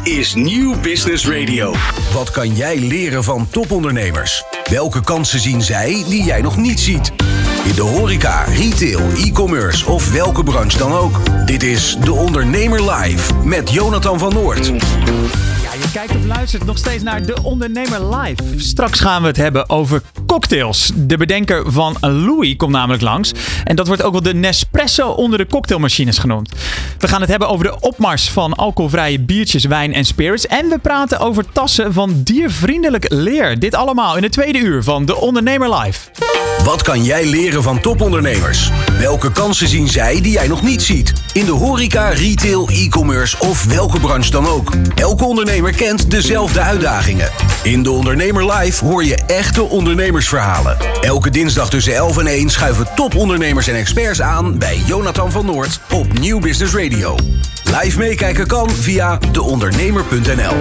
is Nieuw Business Radio. Wat kan jij leren van topondernemers? Welke kansen zien zij die jij nog niet ziet? In de horeca, retail, e-commerce of welke branche dan ook. Dit is De Ondernemer Live met Jonathan van Noord. Je kijkt of luistert nog steeds naar De Ondernemer Live. Straks gaan we het hebben over cocktails. De bedenker van Louis komt namelijk langs. En dat wordt ook wel de Nespresso onder de cocktailmachines genoemd. We gaan het hebben over de opmars van alcoholvrije biertjes, wijn en spirits. En we praten over tassen van diervriendelijk leer. Dit allemaal in het tweede uur van De Ondernemer Live. Wat kan jij leren van topondernemers? Welke kansen zien zij die jij nog niet ziet? In de horeca, retail, e-commerce of welke branche dan ook. Elke ondernemer kent dezelfde uitdagingen. In De Ondernemer Live hoor je echte ondernemersverhalen. Elke dinsdag tussen 11 en 1 schuiven topondernemers en experts aan bij Jonathan van Noord op Nieuw Business Radio. Live meekijken kan via deondernemer.nl.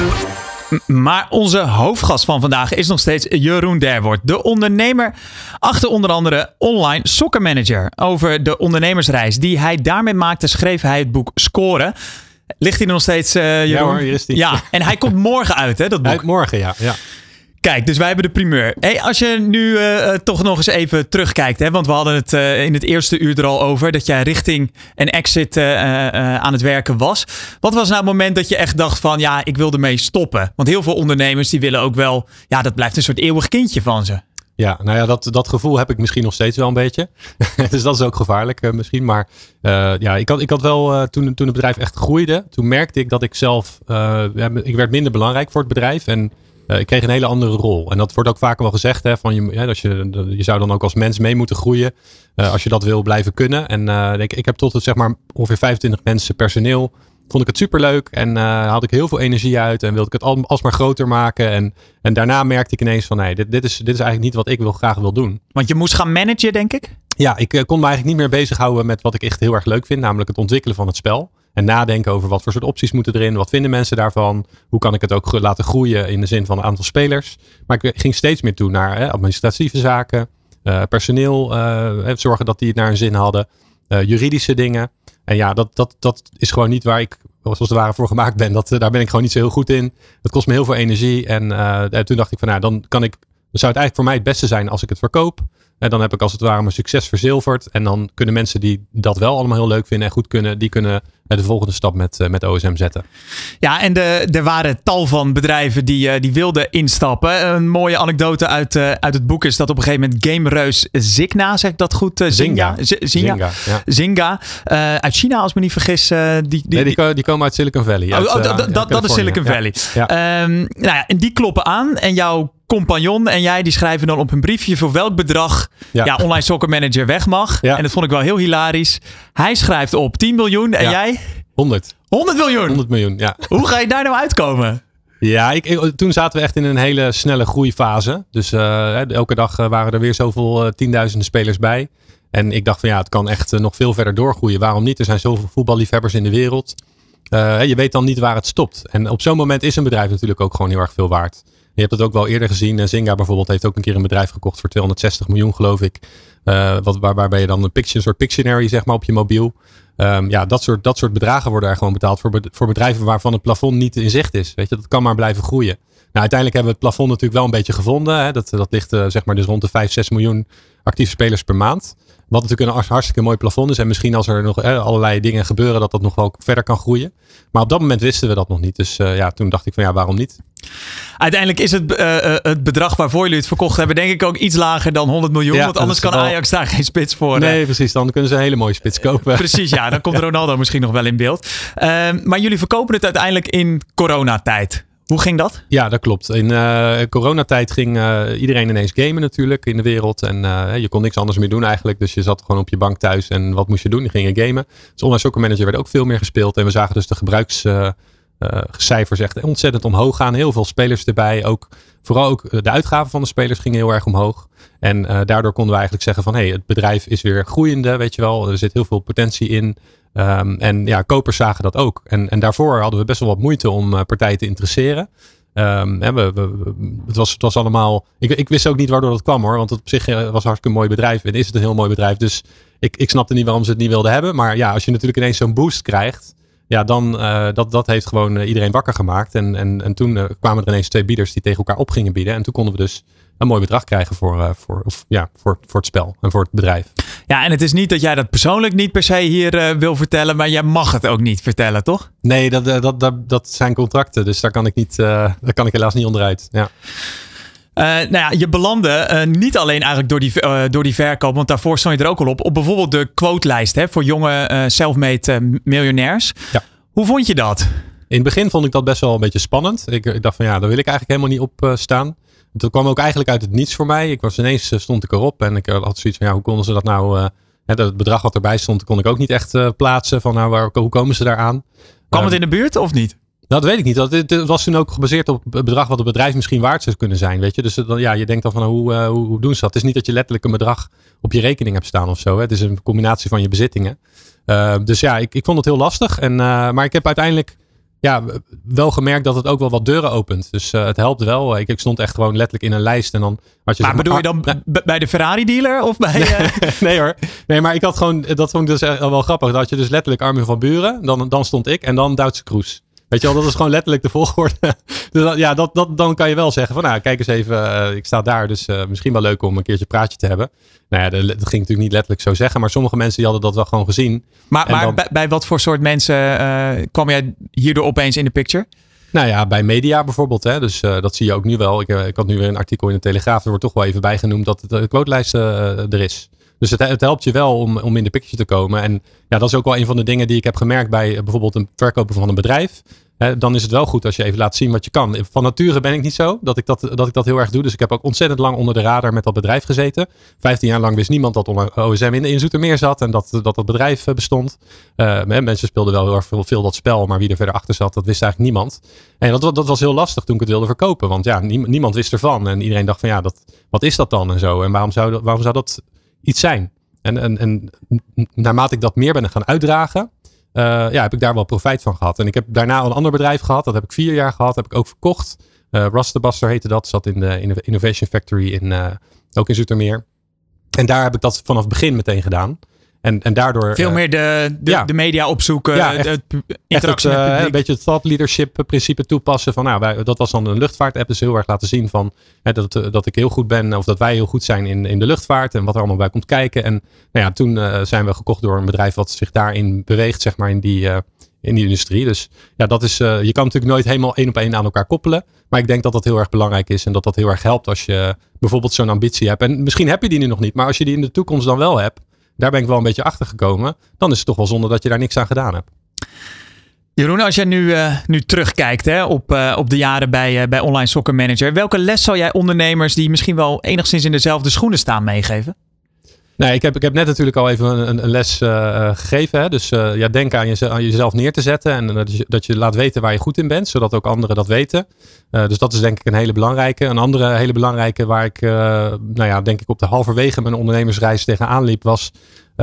Maar onze hoofdgast van vandaag is nog steeds Jeroen Derwoord. De ondernemer achter onder andere Online Soccer Manager. Over de ondernemersreis die hij daarmee maakte schreef hij het boek Scoren. Ligt hij er nog steeds, Jeroen? Ja hoor, hier is hij. Ja, en hij komt morgen uit, hè, dat boek? Uit morgen, ja. Kijk, dus wij hebben de primeur. Hey, als je nu toch nog eens even terugkijkt, hè, want we hadden het in het eerste uur er al over, dat jij richting een exit aan het werken was. Wat was nou het moment dat je echt dacht van, ja, ik wil ermee stoppen? Want heel veel ondernemers die willen ook wel, ja, dat blijft een soort eeuwig kindje van ze. Ja, nou ja, dat gevoel heb ik misschien nog steeds wel een beetje. Dus dat is ook gevaarlijk misschien. Maar ik had wel, toen het bedrijf echt groeide, toen merkte ik dat ik zelf, ik werd minder belangrijk voor het bedrijf en ik kreeg een hele andere rol. En dat wordt ook vaker wel gezegd, hè, van je zou dan ook als mens mee moeten groeien als je dat wil blijven kunnen. En ik heb tot het zeg maar ongeveer 25 mensen personeel. Vond ik het superleuk en had ik heel veel energie uit en wilde ik het alsmaar groter maken. En daarna merkte ik ineens van nee, dit is eigenlijk niet wat ik graag wil doen. Want je moest gaan managen, denk ik? Ja, ik kon me eigenlijk niet meer bezighouden met wat ik echt heel erg leuk vind. Namelijk het ontwikkelen van het spel. En nadenken over wat voor soort opties moeten erin. Wat vinden mensen daarvan? Hoe kan ik het ook laten groeien in de zin van een aantal spelers? Maar ik ging steeds meer toe naar administratieve zaken. Personeel, zorgen dat die het naar hun zin hadden. Juridische dingen. En ja, dat is gewoon niet waar ik zoals het ware voor gemaakt ben. Daar ben ik gewoon niet zo heel goed in. Dat kost me heel veel energie. En toen dacht ik van dan zou het eigenlijk voor mij het beste zijn als ik het verkoop. En dan heb ik als het ware mijn succes verzilverd. En dan kunnen mensen die dat wel allemaal heel leuk vinden en goed kunnen, die kunnen de volgende stap met OSM zetten. Ja, en er waren tal van bedrijven die wilden instappen. Een mooie anekdote uit het boek is dat op een gegeven moment gamereus Zynga, zeg ik dat goed? Zynga. Uit China, als ik me niet vergis. Die komen uit Silicon Valley. Dat is Silicon Valley. Ja. En die kloppen aan en jouw compagnon en jij die schrijven dan op een briefje voor welk bedrag Online Soccer Manager weg mag. Ja. En dat vond ik wel heel hilarisch. Hij schrijft op 10 miljoen en jij? 100 miljoen. 100 miljoen, ja. Hoe ga je daar nou uitkomen? Ja, toen zaten we echt in een hele snelle groeifase. Dus elke dag waren er weer zoveel tienduizenden spelers bij. En ik dacht van het kan echt nog veel verder doorgroeien. Waarom niet? Er zijn zoveel voetballiefhebbers in de wereld. Je weet dan niet waar het stopt. En op zo'n moment is een bedrijf natuurlijk ook gewoon heel erg veel waard. Je hebt het ook wel eerder gezien. Zynga bijvoorbeeld heeft ook een keer een bedrijf gekocht voor 260 miljoen geloof ik. Waarbij je dan een soort Pictionary zeg maar op je mobiel. Dat soort bedragen worden er gewoon betaald voor bedrijven waarvan het plafond niet in zicht is. Weet je, dat kan maar blijven groeien. Nou, uiteindelijk hebben we het plafond natuurlijk wel een beetje gevonden. Hè. Dat ligt zeg maar dus rond de 5-6 miljoen actieve spelers per maand. Wat natuurlijk een hartstikke mooi plafond is. En misschien als er nog allerlei dingen gebeuren dat nog wel verder kan groeien. Maar op dat moment wisten we dat nog niet. Dus toen dacht ik van waarom niet? Uiteindelijk is het bedrag waarvoor jullie het verkocht hebben denk ik ook iets lager dan 100 miljoen. Want anders kan Ajax daar geen spits voor. Nee, precies. Dan kunnen ze een hele mooie spits kopen. Precies, dan komt Ronaldo misschien nog wel in beeld. Maar jullie verkopen het uiteindelijk in coronatijd. Hoe ging dat? Ja, dat klopt. In coronatijd ging iedereen ineens gamen natuurlijk in de wereld. En je kon niks anders meer doen eigenlijk. Dus je zat gewoon op je bank thuis. En wat moest je doen? Je ging gamen. Dus Online Soccer Manager werd ook veel meer gespeeld. En we zagen dus de gebruikscijfers echt ontzettend omhoog gaan. Heel veel spelers erbij. Vooral ook de uitgaven van de spelers gingen heel erg omhoog. En daardoor konden we eigenlijk zeggen van het bedrijf is weer groeiende. Weet je wel, er zit heel veel potentie in. Kopers zagen dat ook. En daarvoor hadden we best wel wat moeite om partijen te interesseren. Het was allemaal. Ik wist ook niet waardoor dat kwam hoor. Want het op zich was een hartstikke mooi bedrijf. En is het een heel mooi bedrijf. Dus ik snapte niet waarom ze het niet wilden hebben. Maar als je natuurlijk ineens zo'n boost krijgt. Ja, dan dat heeft gewoon iedereen wakker gemaakt. En toen kwamen er ineens 2 bieders die tegen elkaar op gingen bieden. En toen konden we dus een mooi bedrag krijgen voor het spel en voor het bedrijf. Ja, en het is niet dat jij dat persoonlijk niet per se hier wil vertellen, maar jij mag het ook niet vertellen, toch? Nee, dat zijn contracten. Dus daar kan ik helaas niet onderuit. Ja. Je belandde niet alleen eigenlijk door die verkoop, want daarvoor stond je er ook al op bijvoorbeeld de quotelijst voor jonge self-made miljonairs. Ja. Hoe vond je dat? In het begin vond ik dat best wel een beetje spannend. Ik dacht van daar wil ik eigenlijk helemaal niet op staan. Dat kwam ook eigenlijk uit het niets voor mij. Stond ik erop en ik had zoiets van hoe konden ze dat nou... het bedrag wat erbij stond kon ik ook niet echt plaatsen van hoe komen ze daaraan. Kwam het in de buurt of niet? Dat weet ik niet. Het was toen ook gebaseerd op het bedrag wat het bedrijf misschien waard zou kunnen zijn. Weet je? Dus je denkt dan van hoe doen ze dat? Het is niet dat je letterlijk een bedrag op je rekening hebt staan of zo. Hè? Het is een combinatie van je bezittingen. Ik vond het heel lastig. Maar ik heb uiteindelijk wel gemerkt dat het ook wel wat deuren opent. Dus het helpt wel. Ik stond echt gewoon letterlijk in een lijst. En dan had je bedoel je dan bij de Ferrari dealer? Of bij, Nee hoor. Nee, maar ik had gewoon, dat vond ik dus wel grappig. Dat had je dus letterlijk Armin van Buuren. Dan stond ik en dan Duitse Kroes. Weet je wel, dat is gewoon letterlijk de volgorde. Dus dan kan je wel zeggen van kijk eens even, ik sta daar. Dus misschien wel leuk om een keertje praatje te hebben. Nou ja, dat ging natuurlijk niet letterlijk zo zeggen. Maar sommige mensen die hadden dat wel gewoon gezien. Maar bij wat voor soort mensen kwam jij hierdoor opeens in de picture? Nou ja, bij media bijvoorbeeld. Hè. Dus dat zie je ook nu wel. Ik had nu weer een artikel in de Telegraaf. Er wordt toch wel even bijgenoemd dat de quotelijst er is. Dus het helpt je wel om in de picture te komen. En dat is ook wel een van de dingen die ik heb gemerkt bij bijvoorbeeld een verkoper van een bedrijf. Dan is het wel goed als je even laat zien wat je kan. Van nature ben ik niet zo dat ik dat heel erg doe. Dus ik heb ook ontzettend lang onder de radar met dat bedrijf gezeten. 15 jaar lang wist niemand dat OSM in Zoetermeer zat en dat bedrijf bestond. Mensen speelden wel heel erg veel dat spel, maar wie er verder achter zat, dat wist eigenlijk niemand. En dat was heel lastig toen ik het wilde verkopen. Want niemand wist ervan. En iedereen dacht van wat is dat dan en zo? En waarom zou dat iets zijn? En naarmate ik dat meer ben gaan uitdragen, heb ik daar wel profijt van gehad. En ik heb daarna een ander bedrijf gehad. Dat heb ik 4 jaar gehad. Heb ik ook verkocht. Rasterbuster heette dat. Zat in de Innovation Factory ook in Zoetermeer. En daar heb ik dat vanaf het begin meteen gedaan. En daardoor... Veel meer de media opzoeken. Ja, interactie met het publiek. Een beetje het thought leadership principe toepassen. Dat was dan een luchtvaart app. Dus heel erg laten zien van dat ik heel goed ben. Of dat wij heel goed zijn in de luchtvaart. En wat er allemaal bij komt kijken. En toen zijn we gekocht door een bedrijf wat zich daarin beweegt. Zeg maar in die industrie. Dus dat is... je kan natuurlijk nooit helemaal 1 op 1 aan elkaar koppelen. Maar ik denk dat dat heel erg belangrijk is. En dat heel erg helpt als je bijvoorbeeld zo'n ambitie hebt. En misschien heb je die nu nog niet. Maar als je die in de toekomst dan wel hebt. Daar ben ik wel een beetje achter gekomen. Dan is het toch wel zonde dat je daar niks aan gedaan hebt. Jeroen, als jij nu terugkijkt op de jaren bij Online Soccer Manager. Welke les zou jij ondernemers die misschien wel enigszins in dezelfde schoenen staan meegeven? Nee, ik heb net natuurlijk al even een les gegeven. Hè? Dus denk aan jezelf neer te zetten. En dat je laat weten waar je goed in bent. Zodat ook anderen dat weten. Dus dat is denk ik een hele belangrijke. Een andere hele belangrijke waar ik denk ik op de halverwege mijn ondernemersreis tegenaan liep. Was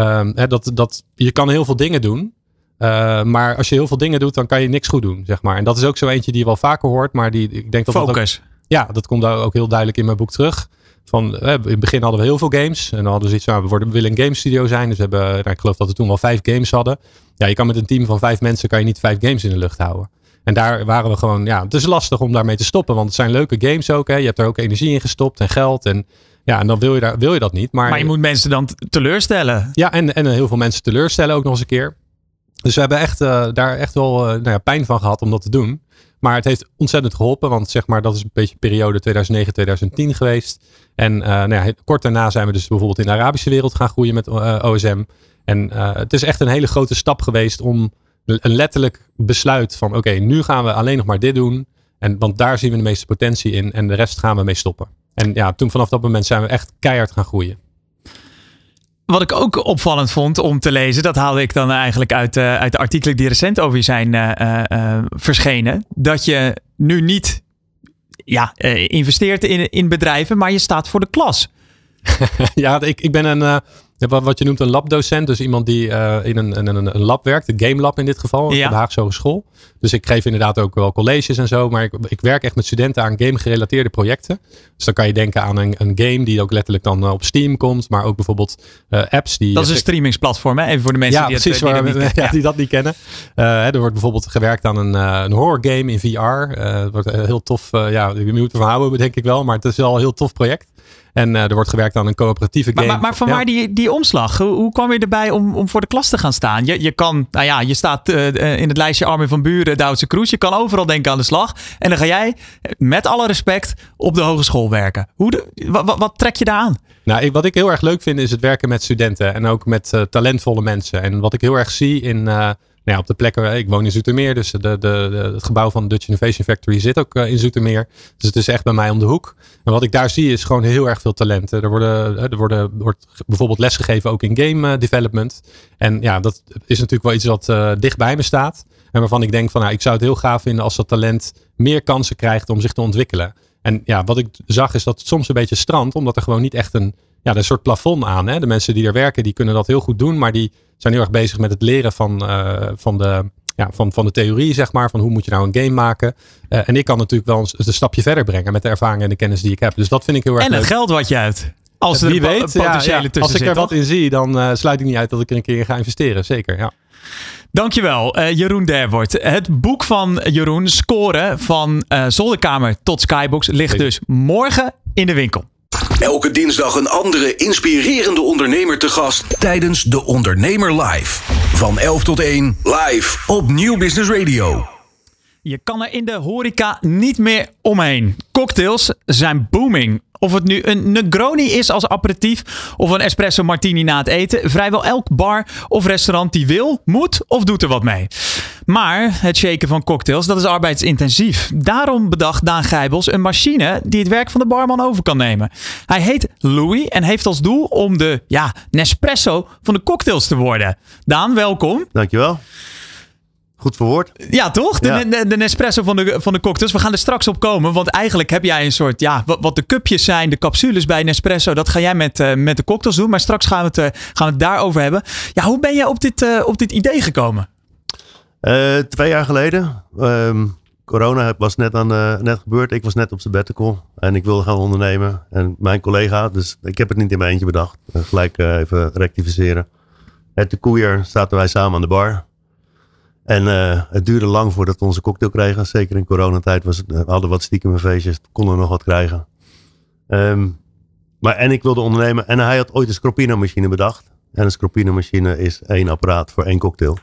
dat je kan heel veel dingen doen. Maar als je heel veel dingen doet, dan kan je niks goed doen. Zeg maar. En dat is ook zo eentje die je wel vaker hoort. Maar ik denk dat focus. Dat komt daar ook heel duidelijk in mijn boek terug. In het begin hadden we heel veel games. En dan hadden we zoiets van, we willen een game studio zijn. Dus we hebben, ik geloof dat we toen wel 5 games hadden. Ja, je kan met een team van 5 mensen kan je niet 5 games in de lucht houden. En daar waren we gewoon, het is lastig om daarmee te stoppen. Want het zijn leuke games ook. Hè. Je hebt er ook energie in gestopt en geld. En dan wil je dat niet. Maar je moet mensen dan teleurstellen. Ja, en heel veel mensen teleurstellen ook nog eens een keer. Dus we hebben daar echt wel pijn van gehad om dat te doen. Maar het heeft ontzettend geholpen. Want zeg maar, dat is een beetje periode 2009-2010 geweest. En kort daarna zijn we dus bijvoorbeeld in de Arabische wereld gaan groeien met OSM. En het is echt een hele grote stap geweest om een letterlijk besluit van oké, nu gaan we alleen nog maar dit doen. Want daar zien we de meeste potentie in. En de rest gaan we mee stoppen. En toen vanaf dat moment zijn we echt keihard gaan groeien. Wat ik ook opvallend vond om te lezen, dat haalde ik dan eigenlijk uit de artikelen die recent over je zijn verschenen. Dat je nu niet investeert in bedrijven, maar je staat voor de klas. Ja, ik ben Wat je noemt een labdocent. Dus iemand die in een lab werkt. Een game lab in dit geval. Ja. Op de Haagse Hogeschool. Dus ik geef inderdaad ook wel colleges en zo. Maar ik werk echt met studenten aan game-gerelateerde projecten. Dus dan kan je denken aan een game die ook letterlijk dan op Steam komt. Maar ook bijvooreld apps. Dat is een streamingsplatform, hè? Even voor de mensen die dat niet kennen. Er wordt bijvoorbeeld gewerkt aan een horror game in VR. Het wordt heel tof. Je moet ervan houden, denk ik wel. Maar het is wel een heel tof project. En er wordt gewerkt aan een coöperatieve game. Maar vanwaar die omslag? Hoe kwam je erbij om voor de klas te gaan staan? Je staat in het lijstje Armin van Buuren, Duitse Kroes. Je kan overal denken aan de slag. En dan ga jij, met alle respect, op de hogeschool werken. Wat trek je daar aan? Nou, wat ik heel erg leuk vind is het werken met studenten. En ook met talentvolle mensen. En wat ik heel erg zie op de plekken, ik woon in Zoetermeer, dus het gebouw van Dutch Innovation Factory zit ook in Zoetermeer. Dus het is echt bij mij om de hoek. En wat ik daar zie is gewoon heel erg veel talenten. Er wordt bijvoorbeeld lesgegeven ook in game development. En ja, dat is natuurlijk wel iets wat dicht bij me staat. En waarvan ik denk van, ik zou het heel gaaf vinden als dat talent meer kansen krijgt om zich te ontwikkelen. En ja, wat ik zag is dat het soms een beetje strandt, omdat er gewoon niet echt een soort plafond aan. Hè? De mensen die er werken, die kunnen dat heel goed doen, maar die zijn heel erg bezig met het leren van de theorie, zeg maar. Van hoe moet je nou een game maken. En ik kan natuurlijk wel een stapje verder brengen met de ervaring en de kennis die ik heb. Dus dat vind ik heel erg leuk. En het geld wat je uit. Als er potentiële tussen als ik zit, er wat in zie, dan sluit ik niet uit dat ik er een keer in ga investeren. Zeker, ja. Dankjewel, Jeroen Dervoort. Het boek van Jeroen, Scoren van zolderkamer tot skybox, ligt dus morgen in de winkel. Elke dinsdag een andere inspirerende ondernemer te gast tijdens De Ondernemer Live. Van 11 tot 1 live op Nieuw Business Radio. Je kan er in de horeca niet meer omheen. Cocktails zijn booming. Of het nu een Negroni is als aperitief of een espresso martini na het eten. Vrijwel elk bar of restaurant die wil, moet of doet er wat mee. Maar het shaken van cocktails, dat is arbeidsintensief. Daarom bedacht Daan Gijbels een machine die het werk van de barman over kan nemen. Hij heet Louis en heeft als doel om de Nespresso van de cocktails te worden. Daan, welkom. Dankjewel. Goed verwoord. Ja, toch? De Nespresso van de cocktails. We gaan er straks op komen. Want eigenlijk heb jij een soort... wat de cupjes zijn, de capsules bij Nespresso. Dat ga jij met de cocktails doen. Maar straks gaan we het daarover hebben. Ja, hoe ben jij op dit idee gekomen? 2 jaar geleden. Corona was net gebeurd. Ik was net op sabbatical. En ik wilde gaan ondernemen. En mijn collega, dus ik heb het niet in mijn eentje bedacht. Gelijk even rectificeren. Het de koeier zaten wij samen aan de bar. En het duurde lang voordat we onze cocktail kregen. Zeker in coronatijd we hadden wat stiekem feestjes. Konden we nog wat krijgen. En ik wilde ondernemen. En hij had ooit een Scroppino machine bedacht. En een Scroppino machine is 1 apparaat voor 1 cocktail.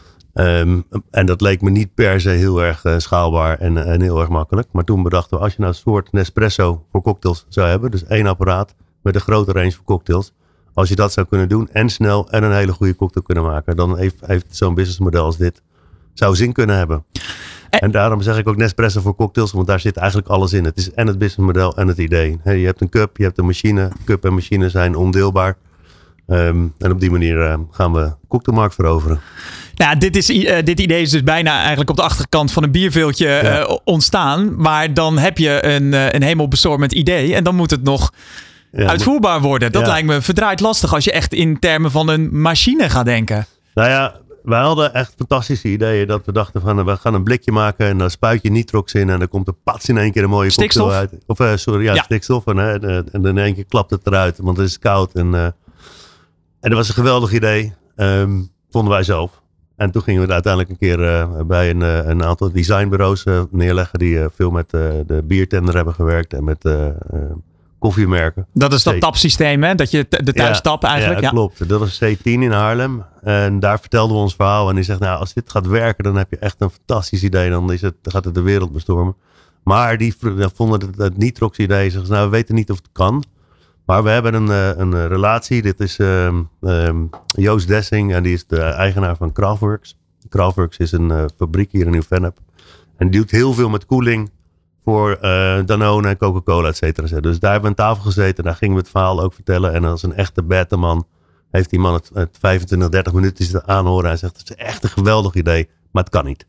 En dat leek me niet per se heel erg schaalbaar en heel erg makkelijk. Maar toen bedachten we, als je nou een soort Nespresso voor cocktails zou hebben. Dus 1 apparaat met een grote range voor cocktails. Als je dat zou kunnen doen en snel en een hele goede cocktail kunnen maken. Dan heeft zo'n businessmodel als dit zou zin kunnen hebben. En daarom zeg ik ook Nespresso voor cocktails. Want daar zit eigenlijk alles in. Het is en het businessmodel en het idee. Je hebt een cup, je hebt een machine. Cup en machine zijn ondeelbaar. En op die manier gaan we de cocktailmarkt veroveren. Nou, dit idee is dus bijna eigenlijk op de achterkant van een bierveeltje ontstaan. Maar dan heb je een hemelbestormend idee. En dan moet het nog uitvoerbaar worden. Dat lijkt me verdraaid lastig als je echt in termen van een machine gaat denken. Nou ja, wij hadden echt fantastische ideeën. Dat we dachten van, we gaan een blikje maken en dan spuit je nitrox in. En dan komt er pats in één keer een mooie cocktail uit. Stikstof. En dan in één keer klapt het eruit, want het is koud. En dat was een geweldig idee. Vonden wij zelf. En toen gingen we het uiteindelijk een keer bij een aantal designbureaus neerleggen. Die veel met de biertender hebben gewerkt. En met koffiemerken. Dat is dat tapsysteem, hè? Dat je de thuis tap eigenlijk. Ja, klopt. Dat was C10 in Haarlem. En daar vertelden we ons verhaal. En die zegt, nou, als dit gaat werken, dan heb je echt een fantastisch idee. Dan gaat het de wereld bestormen. Maar die vonden het nitrox idee. Zeggen, nou, we weten niet of het kan. Maar we hebben een relatie. Dit is Joost Dessing. En die is de eigenaar van Craftworks. Craftworks is een fabriek hier in Nieuw-Vennep. En die doet heel veel met koeling. Voor Danone en Coca-Cola, et cetera. Dus daar hebben we aan tafel gezeten. Daar gingen we het verhaal ook vertellen. En als een echte beta-man heeft die man het 25, 30 minuten zitten aanhoren. En zegt, het is echt een geweldig idee. Maar het kan niet.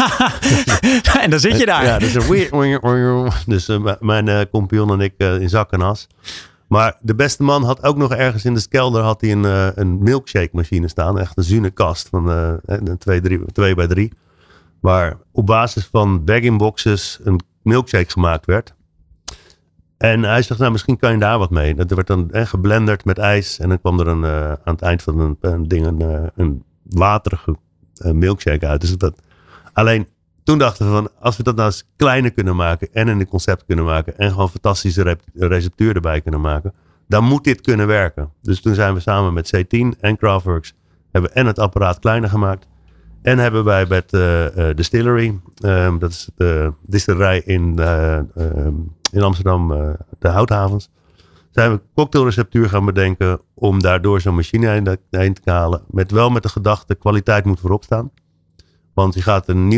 En dan zit je daar. Ja, dus mijn compagnon en ik in zak en as. Maar de beste man had ook nog ergens in de kelder had hij een milkshake machine staan. Echt een zunenkast van 2x3. Waar op basis van bag-in-boxes een milkshake gemaakt werd. En hij zegt, nou misschien kan je daar wat mee. Dat werd dan geblenderd met ijs. En dan kwam er aan het eind van een waterige milkshake uit. Dus alleen toen dachten we van, als we dat nou eens kleiner kunnen maken. En in een concept kunnen maken. En gewoon fantastische receptuur erbij kunnen maken. Dan moet dit kunnen werken. Dus toen zijn we samen met C10 en Craftworks. Hebben en het apparaat kleiner gemaakt. En hebben wij met Distillery. Dat is de distillerij in Amsterdam, de Houthavens. Zijn we cocktailreceptuur gaan bedenken om daardoor zo'n machine heen te halen. Met de gedachte, kwaliteit moet voorop staan. Want je gaat een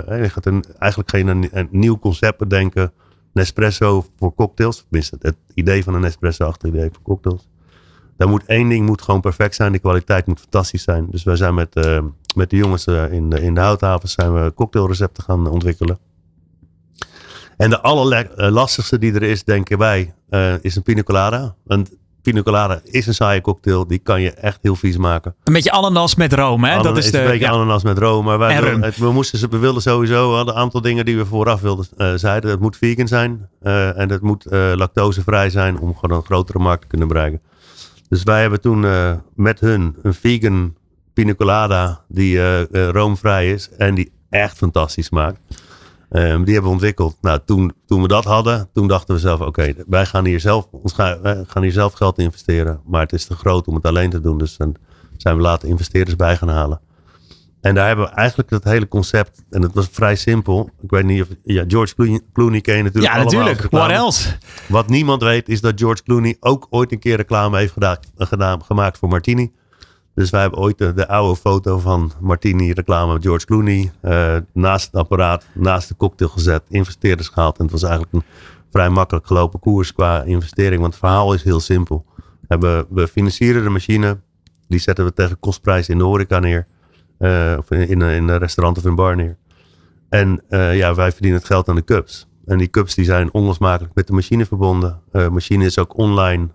nieuw concept bedenken. Nespresso voor cocktails. Tenminste, het idee van een Nespresso-achtig idee voor cocktails. Daar moet één ding gewoon perfect zijn. De kwaliteit moet fantastisch zijn. Dus wij zijn met de jongens in de Houthavens zijn we cocktailrecepten gaan ontwikkelen. En de allerlastigste die er is, denken wij, is een pina colada. Want pina colada is een saaie cocktail. Die kan je echt heel vies maken. Een beetje ananas met room, hè? Dat is een beetje ananas met room. Maar we wilden sowieso, we hadden een aantal dingen die we vooraf zeiden. Het moet vegan zijn. En het moet lactosevrij zijn om gewoon een grotere markt te kunnen bereiken. Dus wij hebben toen met hun een vegan pina colada die roomvrij is. En die echt fantastisch smaakt. Die hebben we ontwikkeld. Nou, toen we dat hadden, toen dachten we zelf, oké, wij gaan hier zelf geld investeren. Maar het is te groot om het alleen te doen. Dus dan zijn we later investeerders bij gaan halen. En daar hebben we eigenlijk het hele concept, en het was vrij simpel. Ik weet niet of, George Clooney ken je natuurlijk allemaal. Ja, natuurlijk. What else? Wat niemand weet is dat George Clooney ook ooit een keer reclame heeft gemaakt voor Martini. Dus wij hebben ooit de oude foto van Martini reclame met George Clooney naast het apparaat, naast de cocktail gezet, investeerders gehaald. En het was eigenlijk een vrij makkelijk gelopen koers qua investering, want het verhaal is heel simpel. We financieren de machine, die zetten we tegen kostprijs in de horeca neer, of in een restaurant of een bar neer. En wij verdienen het geld aan de cups. En die cups die zijn onlosmakelijk met de machine verbonden. De machine is ook online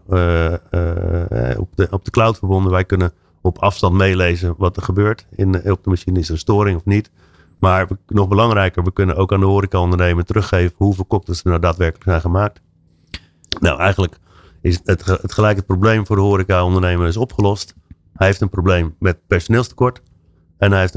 op de cloud verbonden. Wij kunnen op afstand meelezen wat er gebeurt op de machine. Is er een storing of niet? Maar nog belangrijker, we kunnen ook aan de horeca-ondernemer teruggeven hoeveel cocktails er nou daadwerkelijk zijn gemaakt. Nou, eigenlijk is het probleem voor de horeca-ondernemer is opgelost. Hij heeft een probleem met personeelstekort. En hij heeft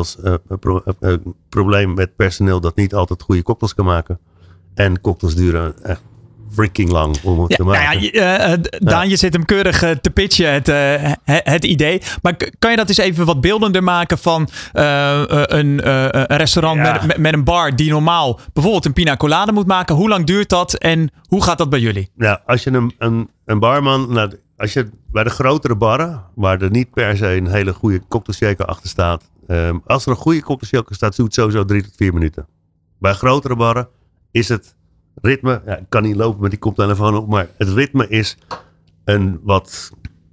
een probleem met personeel dat niet altijd goede cocktails kan maken. En cocktails duren echt freaking lang om het te maken. Daan, je zit hem keurig te pitchen, het idee. Maar kan je dat eens even wat beeldender maken van een restaurant met een bar die normaal bijvoorbeeld een pina colada moet maken? Hoe lang duurt dat en hoe gaat dat bij jullie? Ja, als je een barman, als je bij de grotere barren, waar er niet per se een hele goede cocktailshaker achter staat. Als er een goede cocktailshaker staat, doet het sowieso 3 tot 4 minuten. Bij grotere barren is het ritme, ik kan niet lopen met die koptelefoon op, maar het ritme is een wat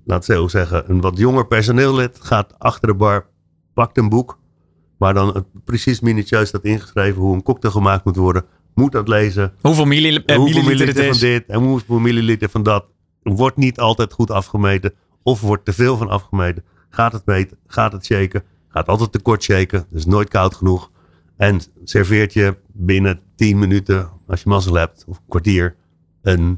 jonger personeellid gaat achter de bar, pakt een boek, waar dan precies minutieus staat ingeschreven hoe een cocktail gemaakt moet worden, moet dat lezen. Hoeveel milliliter het is. Van dit en hoeveel milliliter van dat. Wordt niet altijd goed afgemeten of wordt te veel van afgemeten. Gaat het meten, gaat het shaken, gaat altijd te kort shaken, dus nooit koud genoeg. En serveert je binnen 10 minuten, als je mazzel hebt, of een kwartier, een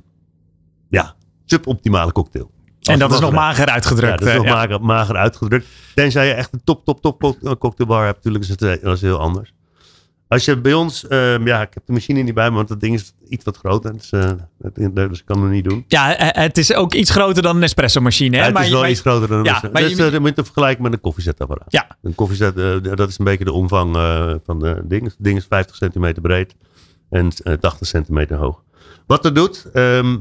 suboptimale cocktail. En dat is nog mager uitgedrukt. Ja, dat is nog mager uitgedrukt. Tenzij je echt een top cocktailbar hebt, natuurlijk is het heel anders. Als je bij ons, ik heb de machine niet bij me, want dat ding is iets wat groter. Dus ik kan het niet doen. Ja, het is ook iets groter dan een espresso machine. Hè? Het is wel iets groter dan een espresso. Dus je moet het vergelijken met een koffiezetapparaat. Ja. Een koffiezet, dat is een beetje de omvang van de ding. Het ding is 50 centimeter breed en 80 centimeter hoog. Wat dat doet,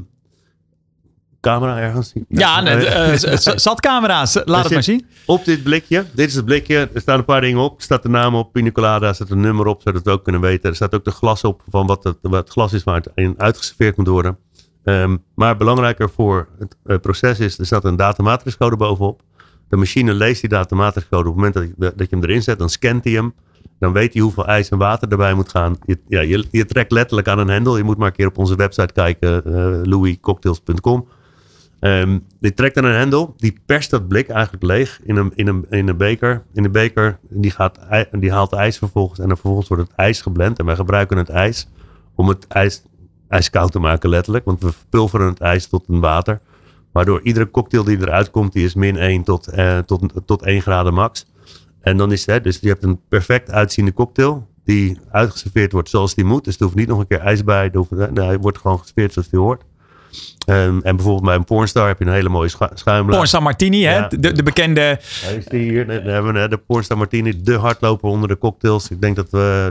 camera ergens? Zat camera's. Laat het maar zien. Op dit blikje, dit is het blikje, er staan een paar dingen op. Er staat de naam op, pina colada, er staat een nummer op, zodat we het ook kunnen weten. Er staat ook de glas op van wat het glas is waar het in uitgeserveerd moet worden. Maar belangrijker voor het proces is, er staat een datamatrixcode bovenop. De machine leest die datamatrixcode op het moment dat je hem erin zet, dan scant hij hem. Dan weet hij hoeveel ijs en water erbij moet gaan. Je trekt letterlijk aan een hendel. Je moet maar een keer op onze website kijken, louiscocktails.com. Die trekt dan een hendel. Die perst dat blik eigenlijk leeg in een beker. In de beker die haalt ijs vervolgens. En dan vervolgens wordt het ijs geblend. En wij gebruiken het ijs om het ijs koud te maken letterlijk. Want we verpulveren het ijs tot een water. Waardoor iedere cocktail die eruit komt, die is -1 tot 1 graden max. En dan is het, dus je hebt een perfect uitziende cocktail. Die uitgeserveerd wordt zoals die moet. Dus er hoeft niet nog een keer ijs bij. Hij wordt gewoon geserveerd zoals die hoort. En bijvoorbeeld bij een pornstar heb je een hele mooie schuimlaag. Pornstar Martini, hè? Ja. De bekende... Ja, is die hier. Dan hebben we de pornstar Martini. De hardloper onder de cocktails. Ik denk dat we...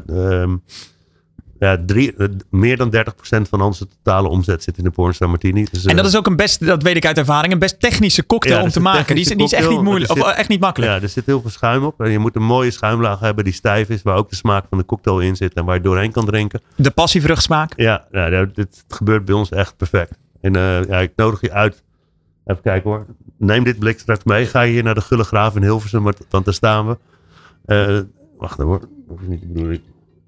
meer dan 30% van onze totale omzet zit in de pornstar Martini. Dus, en dat is ook dat weet ik uit ervaring, een best technische cocktail om te maken. Die is echt niet moeilijk, of echt niet makkelijk. Ja, er zit heel veel schuim op. En je moet een mooie schuimlaag hebben die stijf is, waar ook de smaak van de cocktail in zit en waar je doorheen kan drinken. De passievruchtsmaak. Ja, dit gebeurt bij ons echt perfect. En ik nodig je uit. Even kijken hoor. Neem dit blik straks mee. Ga je hier naar de Gulle Graaf in Hilversum, want daar staan we. Wacht even hoor. Dat is niet de bedoeling.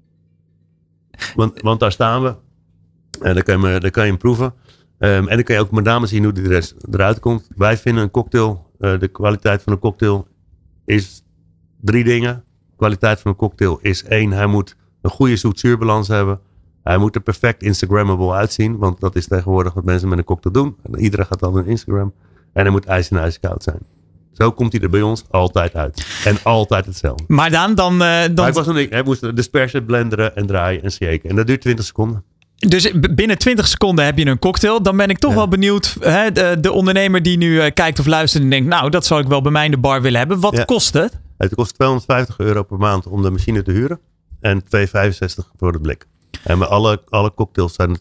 Want daar staan we. En dan kan je hem proeven. En dan kan je ook met name zien hoe die eruit komt. Wij vinden een cocktail, de kwaliteit van een cocktail is 3 dingen. De kwaliteit van een cocktail is 1, hij moet een goede zoet-zuurbalans hebben. Hij moet er perfect Instagrammable uitzien. Want dat is tegenwoordig wat mensen met een cocktail doen. Iedereen gaat dan naar Instagram. En hij moet ijs en ijskoud zijn. Zo komt hij er bij ons altijd uit. En altijd hetzelfde. Maar dan... Hij moest dispersen, blenderen en draaien en shaken. En dat duurt 20 seconden. Dus binnen 20 seconden heb je een cocktail. Dan ben ik toch wel benieuwd. Hè, de ondernemer die nu kijkt of luistert en denkt... Nou, dat zou ik wel bij mij in de bar willen hebben. Wat kost het? Het kost €250 per maand om de machine te huren. En €2,65 voor het blik. En met alle cocktails zijn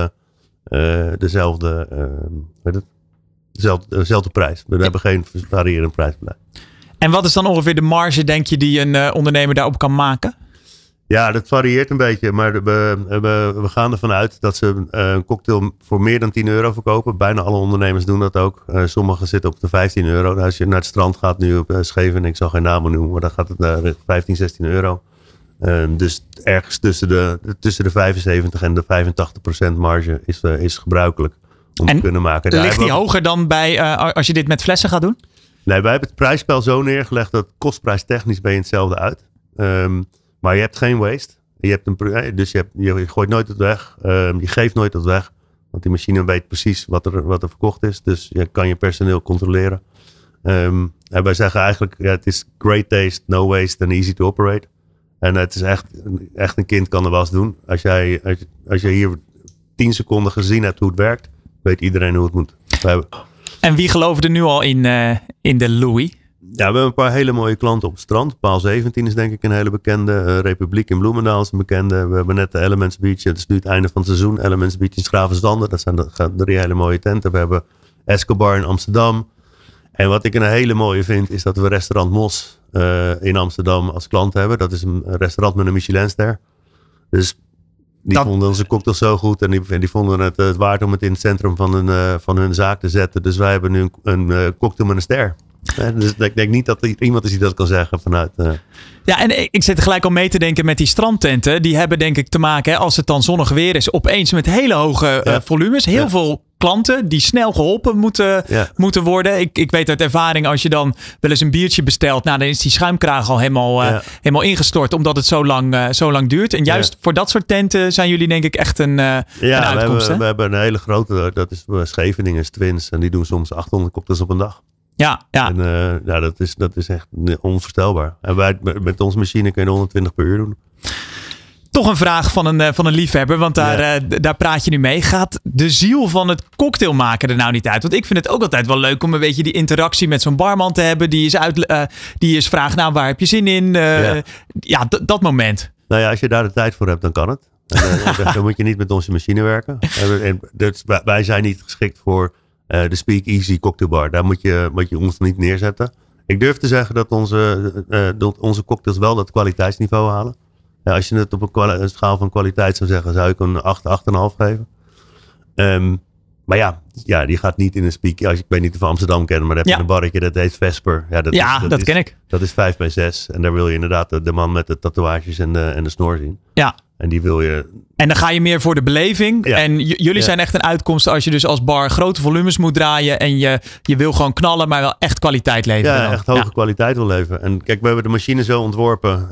dezelfde prijs. We hebben geen variërend prijsbeleid. En wat is dan ongeveer de marge, denk je, die een ondernemer daarop kan maken? Ja, dat varieert een beetje. Maar we gaan ervan uit dat ze een cocktail voor meer dan €10 verkopen. Bijna alle ondernemers doen dat ook. Sommigen zitten op de €15. Als je naar het strand gaat nu op Scheveningen, ik zal geen namen noemen, maar dan gaat het naar €15-16. Dus ergens tussen de 75 en de 85% marge is gebruikelijk om te kunnen maken. Ligt die hoger dan bij als je dit met flessen gaat doen? Nee, wij hebben het prijsspel zo neergelegd dat kostprijstechnisch ben je hetzelfde uit. Maar je hebt geen waste. Dus je gooit nooit het weg. Je geeft nooit het weg. Want die machine weet precies wat er verkocht is. Dus je kan je personeel controleren. En wij zeggen eigenlijk, het is great taste, no waste and easy to operate. En het is echt een kind kan de was doen. Als je hier 10 seconden gezien hebt hoe het werkt, weet iedereen hoe het moet. En wie geloofde nu al in de Louis? Ja, we hebben een paar hele mooie klanten op het strand. Paal 17 is denk ik een hele bekende. Republiek in Bloemendaal is een bekende. We hebben net de Elements Beach. Het is nu het einde van het seizoen. Elements Beach in Schravenzande. Dat zijn 3 hele mooie tenten. We hebben Escobar in Amsterdam. En wat ik een hele mooie vind, is dat we restaurant Mos in Amsterdam als klant hebben. Dat is een restaurant met een Michelinster. Dus die vonden onze cocktail zo goed. En die vonden het waard om het in het centrum van hun zaak te zetten. Dus wij hebben nu een cocktail met een ster. Dus ik denk niet dat er iemand is die dat kan zeggen vanuit... Ja, en ik zit er gelijk al mee te denken met die strandtenten. Die hebben denk ik te maken, als het dan zonnig weer is, opeens met hele hoge volumes. Heel veel klanten die snel geholpen moeten worden. Ik weet uit ervaring, als je dan wel eens een biertje bestelt, nou, dan is die schuimkraag al helemaal ingestort, omdat het zo lang duurt. En juist voor dat soort tenten zijn jullie denk ik echt een uitkomst. We hebben een hele grote, dat is Scheveningen, Twins. En die doen soms 800 cocktails op een dag. Ja. En dat is echt onvoorstelbaar. En met onze machine kun je 120 per uur doen. Toch een vraag van een liefhebber, want daar praat je nu mee. Gaat de ziel van het cocktail maken er nou niet uit? Want ik vind het ook altijd wel leuk om een beetje die interactie met zo'n barman te hebben. Die eens vraagt, nou, waar heb je zin in? Dat moment. Nou ja, als je daar de tijd voor hebt, dan kan het. Dan moet je niet met onze machine werken. Wij zijn niet geschikt voor de Speakeasy cocktailbar. Daar moet je ons niet neerzetten. Ik durf te zeggen dat onze cocktails wel dat kwaliteitsniveau halen. Ja, als je het op een schaal van kwaliteit zou zeggen, zou ik een 8,5 geven. Maar ja, die gaat niet in een speakeasy. Ik weet niet of je Amsterdam kennen, maar daar heb je een barretje dat heet Vesper. Dat ken ik. Dat is 5x6. En daar wil je inderdaad de man met de tatoeages en de snor zien. Ja. En die wil je... En dan ga je meer voor de beleving. Ja. En jullie zijn echt een uitkomst als je dus als bar grote volumes moet draaien. En je wil gewoon knallen, maar wel echt kwaliteit leveren. Ja, echt hoge kwaliteit wil leveren. En kijk, we hebben de machine zo ontworpen.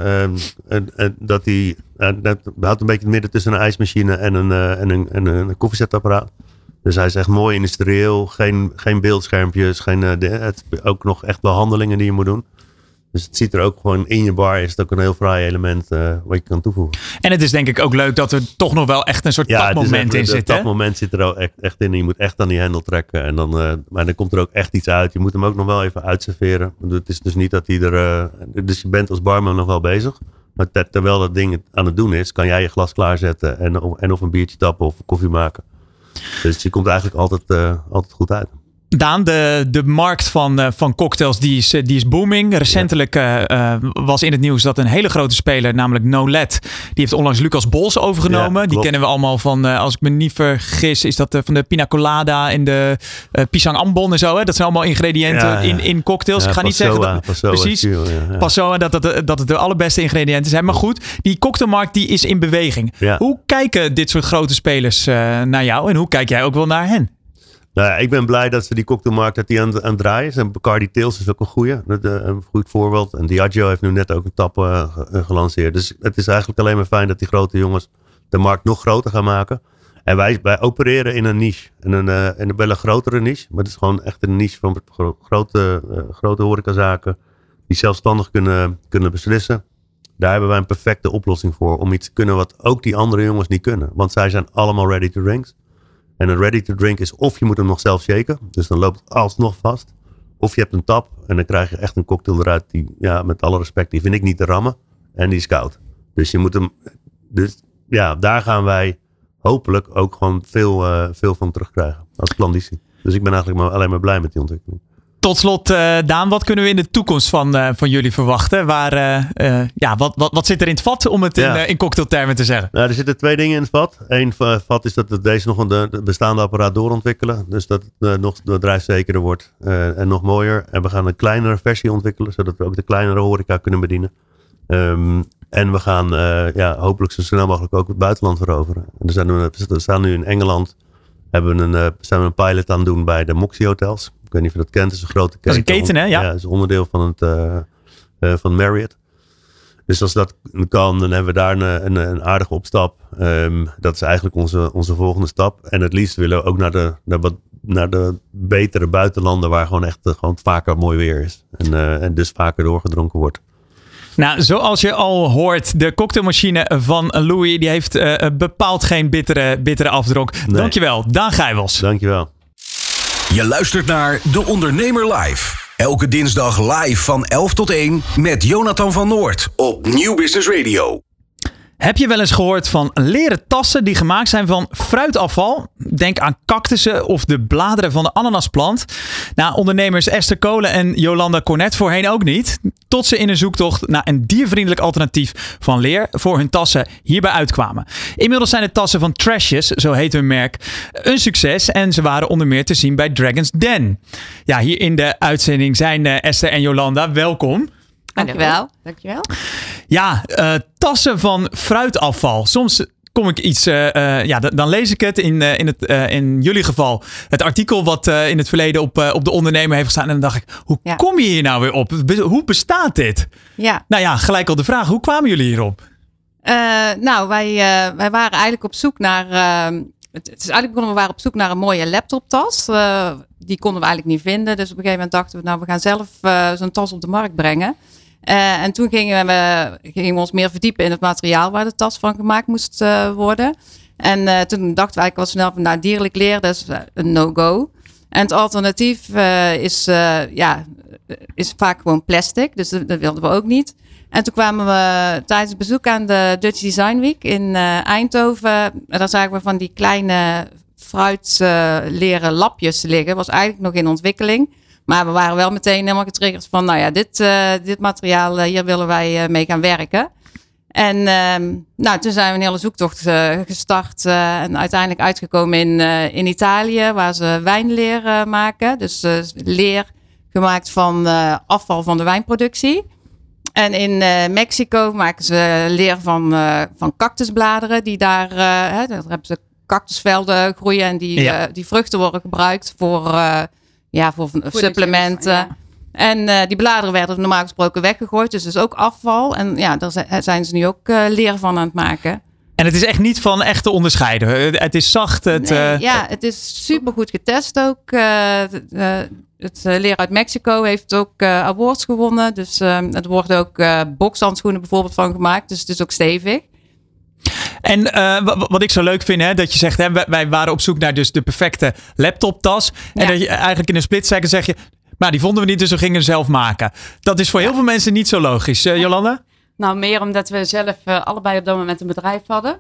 Dat die... dat houdt een beetje het midden tussen een ijsmachine en een koffiezetapparaat. Dus hij is echt mooi industrieel. Geen beeldschermpjes. Ook nog echt behandelingen die je moet doen. Dus het ziet er ook gewoon in je bar. Is het ook een heel fraai element wat je kan toevoegen. En het is denk ik ook leuk dat er toch nog wel echt een soort tapmoment in zit. Dat moment zit er ook echt in. Je moet echt aan die hendel trekken. En maar dan komt er ook echt iets uit. Je moet hem ook nog wel even uitserveren. Het is dus niet dat hij er... Dus je bent als barman nog wel bezig. Maar terwijl dat ding aan het doen is, kan jij je glas klaarzetten. En of een biertje tappen of koffie maken. Dus je komt eigenlijk altijd goed uit. Daan, de markt van cocktails die is booming. Recentelijk was in het nieuws dat een hele grote speler, namelijk Nolet, die heeft onlangs Lucas Bols overgenomen. Ja, die kennen we allemaal van, als ik me niet vergis, is dat van de Pina Colada en de Pisang Ambon en zo. Hè? Dat zijn allemaal ingrediënten in cocktails. Ja, ik ga niet zeggen dat precies Passoa, dat het de allerbeste ingrediënten zijn. Maar goed, die cocktailmarkt die is in beweging. Ja. Hoe kijken dit soort grote spelers naar jou en hoe kijk jij ook wel naar hen? Nou ja, ik ben blij dat ze die cocktailmarkt aan het draaien zijn. Bacardi Tales is ook een goeie. Een goed voorbeeld. En Diageo heeft nu net ook een tap gelanceerd. Dus het is eigenlijk alleen maar fijn dat die grote jongens de markt nog groter gaan maken. En wij opereren in een niche. In een wel een grotere niche. Maar het is gewoon echt een niche van grote horecazaken. Die zelfstandig kunnen beslissen. Daar hebben wij een perfecte oplossing voor. Om iets te kunnen wat ook die andere jongens niet kunnen. Want zij zijn allemaal ready to drinks. En een ready to drink is of je moet hem nog zelf shaken. Dus dan loopt het alsnog vast. Of je hebt een tap en dan krijg je echt een cocktail eruit. Die, ja, met alle respect, die vind ik niet te rammen. En die is koud. Dus je moet hem... Dus ja, daar gaan wij hopelijk ook gewoon veel van terugkrijgen. Als klanditie. Dus ik ben eigenlijk alleen maar blij met die ontwikkeling. Tot slot, Daan, wat kunnen we in de toekomst van jullie verwachten? Wat zit er in het vat, om het in cocktailtermen te zeggen? Nou, er zitten 2 dingen in het vat. Eén vat is dat deze nog een bestaande apparaat doorontwikkelen. Dus dat het nog bedrijfszekerder wordt en nog mooier. En we gaan een kleinere versie ontwikkelen, zodat we ook de kleinere horeca kunnen bedienen. En we gaan hopelijk zo snel mogelijk ook het buitenland veroveren. En we staan nu in Engeland. Zijn we een pilot aan het doen bij de Moxie Hotels. Ik weet niet of je dat kent. Het is een grote keten. Dat is een keten, hè? Ja. Ja, het is onderdeel van Marriott. Dus als dat kan, dan hebben we daar een aardige opstap. Dat is eigenlijk onze volgende stap. En het liefst willen we ook naar de betere buitenlanden, waar gewoon echt gewoon vaker mooi weer is. En dus vaker doorgedronken wordt. Nou, zoals je al hoort, de cocktailmachine van Louis, die heeft bepaald geen bittere afdronk. Nee. Dankjewel, Daan Geijwels. Dankjewel. Je luistert naar De Ondernemer Live. Elke dinsdag live van 11 tot 1 met Jonathan van Noord op Nieuw Business Radio. Heb je wel eens gehoord van leren tassen die gemaakt zijn van fruitafval? Denk aan cactussen of de bladeren van de ananasplant. Nou, ondernemers Esther Kolen en Jolanda Cornet voorheen ook niet. Tot ze in een zoektocht naar een diervriendelijk alternatief van leer voor hun tassen hierbij uitkwamen. Inmiddels zijn de tassen van Trashes, zo heet hun merk, een succes. En ze waren onder meer te zien bij Dragon's Den. Ja, hier in de uitzending zijn Esther en Jolanda. Welkom. Dankjewel. Ja, tassen van fruitafval. Soms kom ik iets... dan lees ik het in jullie geval. Het artikel wat in het verleden op de ondernemer heeft gestaan. En dan dacht ik, hoe kom je hier nou weer op? Hoe bestaat dit? Ja. Nou ja, gelijk al de vraag. Hoe kwamen jullie hierop? Wij waren eigenlijk op zoek naar... Het is eigenlijk begonnen, we waren op zoek naar een mooie laptoptas. Die konden we eigenlijk niet vinden. Dus op een gegeven moment dachten we, we gaan zelf zo'n tas op de markt brengen. En toen gingen we ons meer verdiepen in het materiaal waar de tas van gemaakt moest worden. En toen dachten we eigenlijk al snel van dierlijk leer, dat is een no-go. En het alternatief is vaak gewoon plastic. Dus dat wilden we ook niet. En toen kwamen we tijdens het bezoek aan de Dutch Design Week in Eindhoven. En daar zagen we van die kleine fruitleren lapjes liggen. Was eigenlijk nog in ontwikkeling. Maar we waren wel meteen helemaal getriggerd van, dit materiaal, hier willen wij mee gaan werken. En toen zijn we een hele zoektocht gestart en uiteindelijk uitgekomen in Italië, waar ze wijnleer maken. Dus leer gemaakt van afval van de wijnproductie. En in Mexico maken ze leer van cactusbladeren. Die daar hebben ze cactusvelden groeien. En die vruchten worden gebruikt voor supplementen. Ja. En die bladeren werden normaal gesproken weggegooid. Dus dat is ook afval. En ja, daar zijn ze nu ook leer van aan het maken. En het is echt niet van echt te onderscheiden. Het is zacht. Het is supergoed getest ook. Het leer uit Mexico heeft ook awards gewonnen. Dus er worden ook bokshandschoenen bijvoorbeeld van gemaakt. Dus het is ook stevig. En wat ik zo leuk vind, hè, dat je zegt, hè, wij waren op zoek naar dus de perfecte laptoptas. En dat je eigenlijk in een split second zeg je, maar die vonden we niet, dus we gingen hem zelf maken. Dat is voor heel veel mensen niet zo logisch. Jolanda? Nou, meer omdat we zelf allebei op dat moment een bedrijf hadden.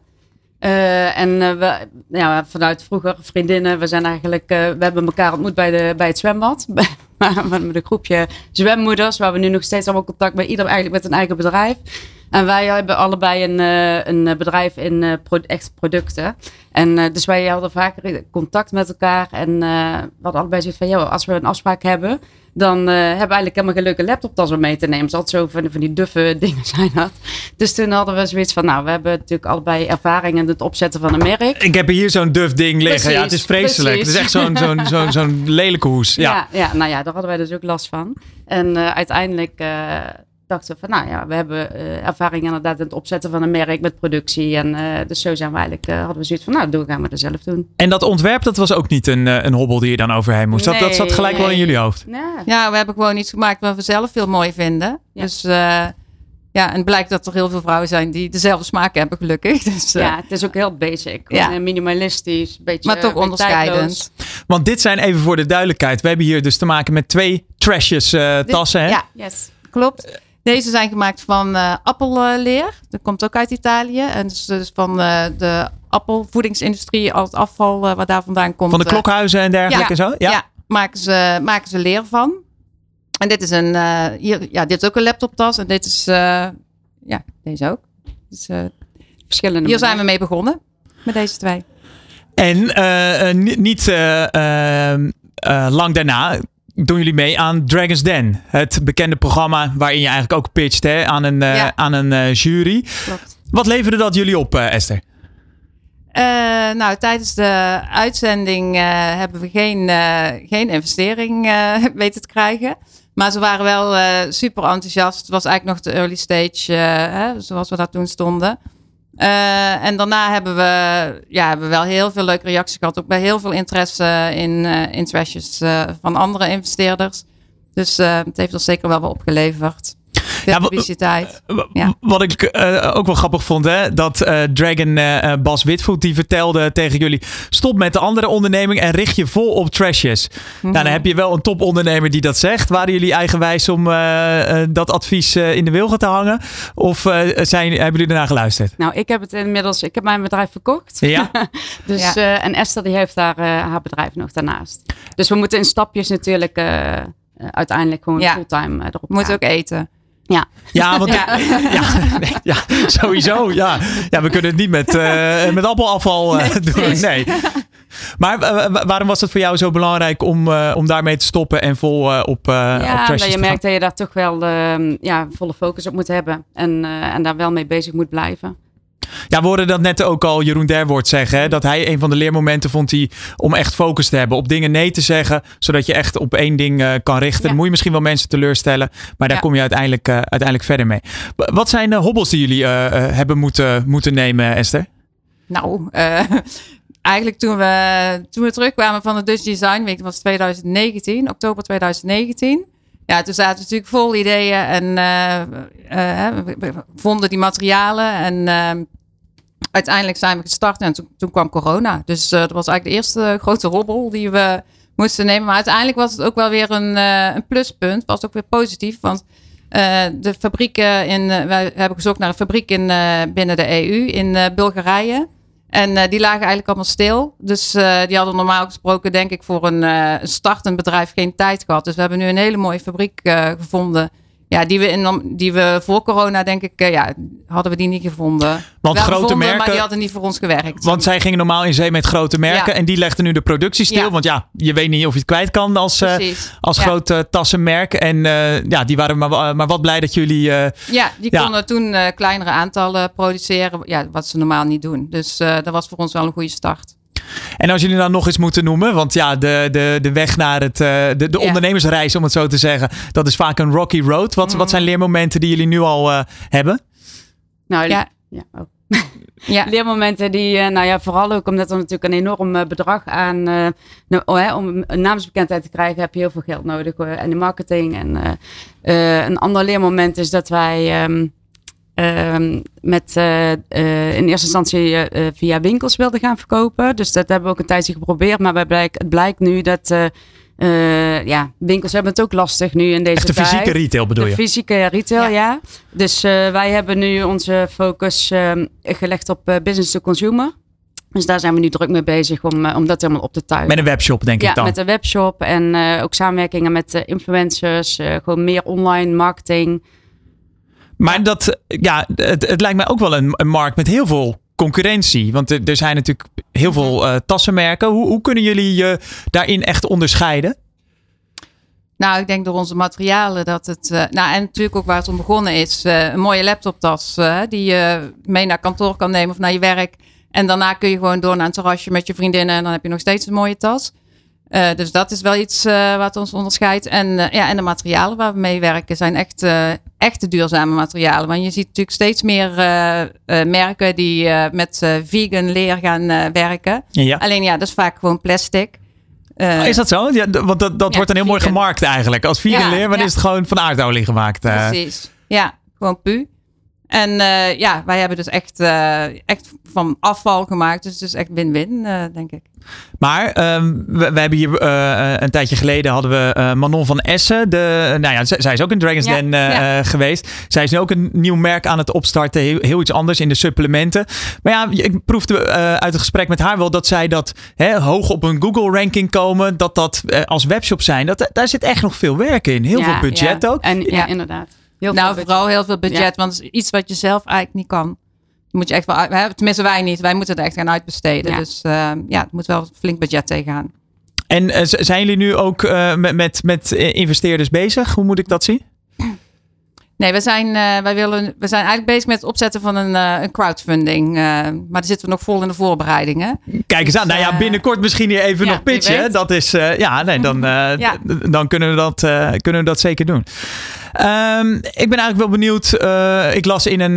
We vanuit vroeger vriendinnen, we hebben elkaar ontmoet bij het zwembad. Met een groepje zwemmoeders, waar we nu nog steeds allemaal contact met ieder eigenlijk met een eigen bedrijf. En wij hebben allebei een bedrijf in echt producten. En dus wij hadden vaker contact met elkaar. En we hadden allebei zoiets van, als we een afspraak hebben, dan hebben we eigenlijk helemaal geen leuke laptoptas om mee te nemen. Het is altijd zo van die duffe dingen zijn dat. Dus toen hadden we zoiets van, we hebben natuurlijk allebei ervaring in het opzetten van een merk. Ik heb hier zo'n duf ding liggen. Precies, ja, het is vreselijk. Precies. Het is echt zo'n lelijke hoes. Ja, daar hadden wij dus ook last van. En uiteindelijk dachten we van, we hebben ervaring inderdaad in het opzetten van een merk met productie. En dus zo zijn we eigenlijk, hadden we zoiets van, gaan we er zelf doen. En dat ontwerp, dat was ook niet een hobbel die je dan overheen moest. Nee, dat zat gelijk wel in jullie hoofd. Ja, we hebben gewoon iets gemaakt wat we zelf heel mooi vinden. Ja. Dus en het blijkt dat er heel veel vrouwen zijn die dezelfde smaak hebben, gelukkig. Dus, het is ook heel basic. Minimalistisch, beetje, maar toch onderscheidend. Want dit zijn, even voor de duidelijkheid, we hebben hier dus te maken met 2 Trashes tassen. Hè? Ja, yes, klopt. Deze zijn gemaakt van appelleer. Dat komt ook uit Italië. En dus van de appelvoedingsindustrie, al het afval wat daar vandaan komt. Van de klokhuizen en dergelijke zo? Ja, maken ze leer van. En dit is dit is ook een laptoptas. En dit is, deze ook. Dus, verschillende. Hier zijn we mee begonnen. Met deze 2. En niet lang daarna doen jullie mee aan Dragon's Den. Het bekende programma waarin je eigenlijk ook pitcht aan een jury. Klopt. Wat leverde dat jullie op, Esther? Tijdens de uitzending hebben we geen investering weten te krijgen. Maar ze waren wel super enthousiast. Het was eigenlijk nog de early stage, zoals we daar toen stonden. En daarna hebben we wel heel veel leuke reacties gehad. Ook bij heel veel interesse in trashes van andere investeerders. Dus het heeft ons zeker wel opgeleverd. Veel publiciteit. Wat ik ook wel grappig vond, hè, dat Dragon Bas Witvoet die vertelde tegen jullie, stop met de andere onderneming en richt je vol op trashes. Mm-hmm. Nou, dan heb je wel een topondernemer die dat zegt. Waren jullie eigenwijs om dat advies in de wilgen te hangen? Of hebben jullie ernaar geluisterd? Nou, ik heb mijn bedrijf verkocht. Ja. Dus, en Esther die heeft haar bedrijf nog daarnaast. Dus we moeten in stapjes natuurlijk uiteindelijk gewoon fulltime erop gaan. Moet ook eten. Ja, want sowieso. Ja, we kunnen het niet met appelafval doen. Nee. Maar waarom was het voor jou zo belangrijk om daarmee te stoppen en vol op trashes te gaan? Je merkt dat je daar toch wel volle focus op moet hebben. En daar wel mee bezig moet blijven. Ja, we hoorden dat net ook al Jeroen Derwoord zeggen. Hè, dat hij een van de leermomenten vond om echt focus te hebben. Op dingen nee te zeggen. Zodat je echt op één ding kan richten. Dan moet je misschien wel mensen teleurstellen. Maar daar kom je uiteindelijk verder mee. Wat zijn de hobbels die jullie hebben moeten nemen, Esther? Nou, eigenlijk toen we terugkwamen van de Dutch Design Week. Dat was 2019, oktober 2019. Ja, toen zaten we natuurlijk vol ideeën en we vonden die materialen en uiteindelijk zijn we gestart en toen kwam corona. Dus dat was eigenlijk de eerste grote hobbel die we moesten nemen. Maar uiteindelijk was het ook wel weer een pluspunt, was ook weer positief, want de fabrieken wij hebben gezocht naar een fabriek binnen de EU in Bulgarije. En die lagen eigenlijk allemaal stil. Dus die hadden normaal gesproken, denk ik, voor een startend bedrijf geen tijd gehad. Dus we hebben nu een hele mooie fabriek gevonden Ja, die we voor corona denk ik, hadden we die niet gevonden. Want wel grote gevonden, merken, maar die hadden niet voor ons gewerkt. Want zij gingen normaal in zee met grote merken en die legden nu de productie stil. Ja. Want je weet niet of je het kwijt kan als grote tassenmerk. En die waren maar wat blij dat jullie... konden toen kleinere aantallen produceren, wat ze normaal niet doen. Dus dat was voor ons wel een goede start. En als jullie dan nog eens moeten noemen, want de weg naar de ondernemersreis, om het zo te zeggen, dat is vaak een rocky road. Wat zijn leermomenten die jullie nu al hebben? Nou, leermomenten die, vooral ook omdat er natuurlijk een enorm bedrag aan, om een naamsbekendheid te krijgen, heb je heel veel geld nodig en de marketing. En een ander leermoment is dat wij in eerste instantie via winkels wilden gaan verkopen. Dus dat hebben we ook een tijdje geprobeerd. Maar het blijkt nu dat winkels hebben het ook lastig nu in deze tijd. Echt de fysieke retail bedoel je? De fysieke retail, ja. Dus wij hebben nu onze focus gelegd op business to consumer. Dus daar zijn we nu druk mee bezig om dat helemaal op te tuigen. Met een webshop denk ik dan? Ja, met een webshop en ook samenwerkingen met influencers. Gewoon meer online marketing. Maar het lijkt mij ook wel een markt met heel veel concurrentie. Want er zijn natuurlijk heel veel tassenmerken. Hoe kunnen jullie je daarin echt onderscheiden? Nou, ik denk door onze materialen dat het... en natuurlijk ook waar het om begonnen is. Een mooie laptoptas die je mee naar kantoor kan nemen of naar je werk. En daarna kun je gewoon door naar een terrasje met je vriendinnen. En dan heb je nog steeds een mooie tas. Dus dat is wel iets wat ons onderscheidt. En de materialen waar we mee werken zijn echte duurzame materialen. Want je ziet natuurlijk steeds meer merken die met vegan leer gaan werken. Ja. Alleen dat is vaak gewoon plastic. Is dat zo? Ja, want dat wordt dan heel mooi gemarkt eigenlijk. Als vegan leer, maar is het gewoon van aardolie gemaakt. Precies. Ja, gewoon pu. En wij hebben dus echt van afval gemaakt. Dus het is echt win-win, denk ik. Maar we hebben hier een tijdje geleden hadden we Manon van Essen. Zij is ook in Dragon's Den geweest. Zij is nu ook een nieuw merk aan het opstarten. Heel iets anders in de supplementen. Maar ja, ik proefde uit het gesprek met haar wel dat zij hoog op een Google ranking komen. Dat als webshop zijn. Daar zit echt nog veel werk in. Heel veel budget ook. En, inderdaad. Vooral heel veel budget. Want het is iets wat je zelf eigenlijk niet kan. Moet je echt wel, tenminste wij niet. Wij moeten het echt gaan uitbesteden. Ja. Dus het moet wel flink budget tegenaan. En zijn jullie nu ook met investeerders bezig? Hoe moet ik dat zien? Nee, we zijn eigenlijk bezig met het opzetten van een crowdfunding. Maar daar zitten we nog vol in de voorbereidingen. Kijk eens aan. Dus, binnenkort misschien hier even nog pitchen. Dat is, dan kunnen we dat zeker doen. Ik ben eigenlijk wel benieuwd. Ik las in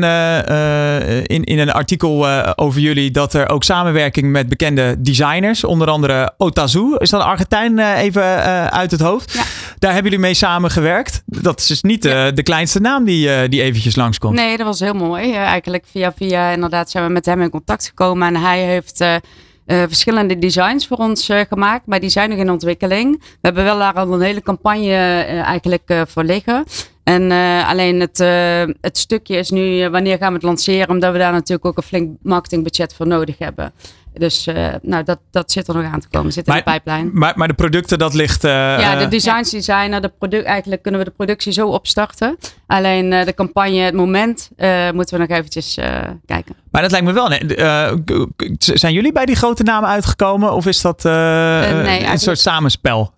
een artikel over jullie dat er ook samenwerking met bekende designers, onder andere Otazu, is dat een Argentijn even uit het hoofd. Ja. Daar hebben jullie mee samengewerkt. Dat is dus niet de kleinste naam die eventjes langskomt. Nee, dat was heel mooi. Eigenlijk via inderdaad zijn we met hem in contact gekomen en hij heeft verschillende designs voor ons gemaakt, maar die zijn nog in ontwikkeling. We hebben wel daar al een hele campagne eigenlijk voor liggen. En alleen het stukje is nu, wanneer gaan we het lanceren? Omdat we daar natuurlijk ook een flink marketingbudget voor nodig hebben. Dus dat zit er nog aan te komen. Zit in de pijplijn. Maar de producten, dat ligt... de designs designen. Eigenlijk kunnen we de productie zo opstarten. Alleen de campagne, het moment, moeten we nog eventjes kijken. Maar dat lijkt me wel... zijn jullie bij die grote namen uitgekomen? Of is dat een soort samenspel?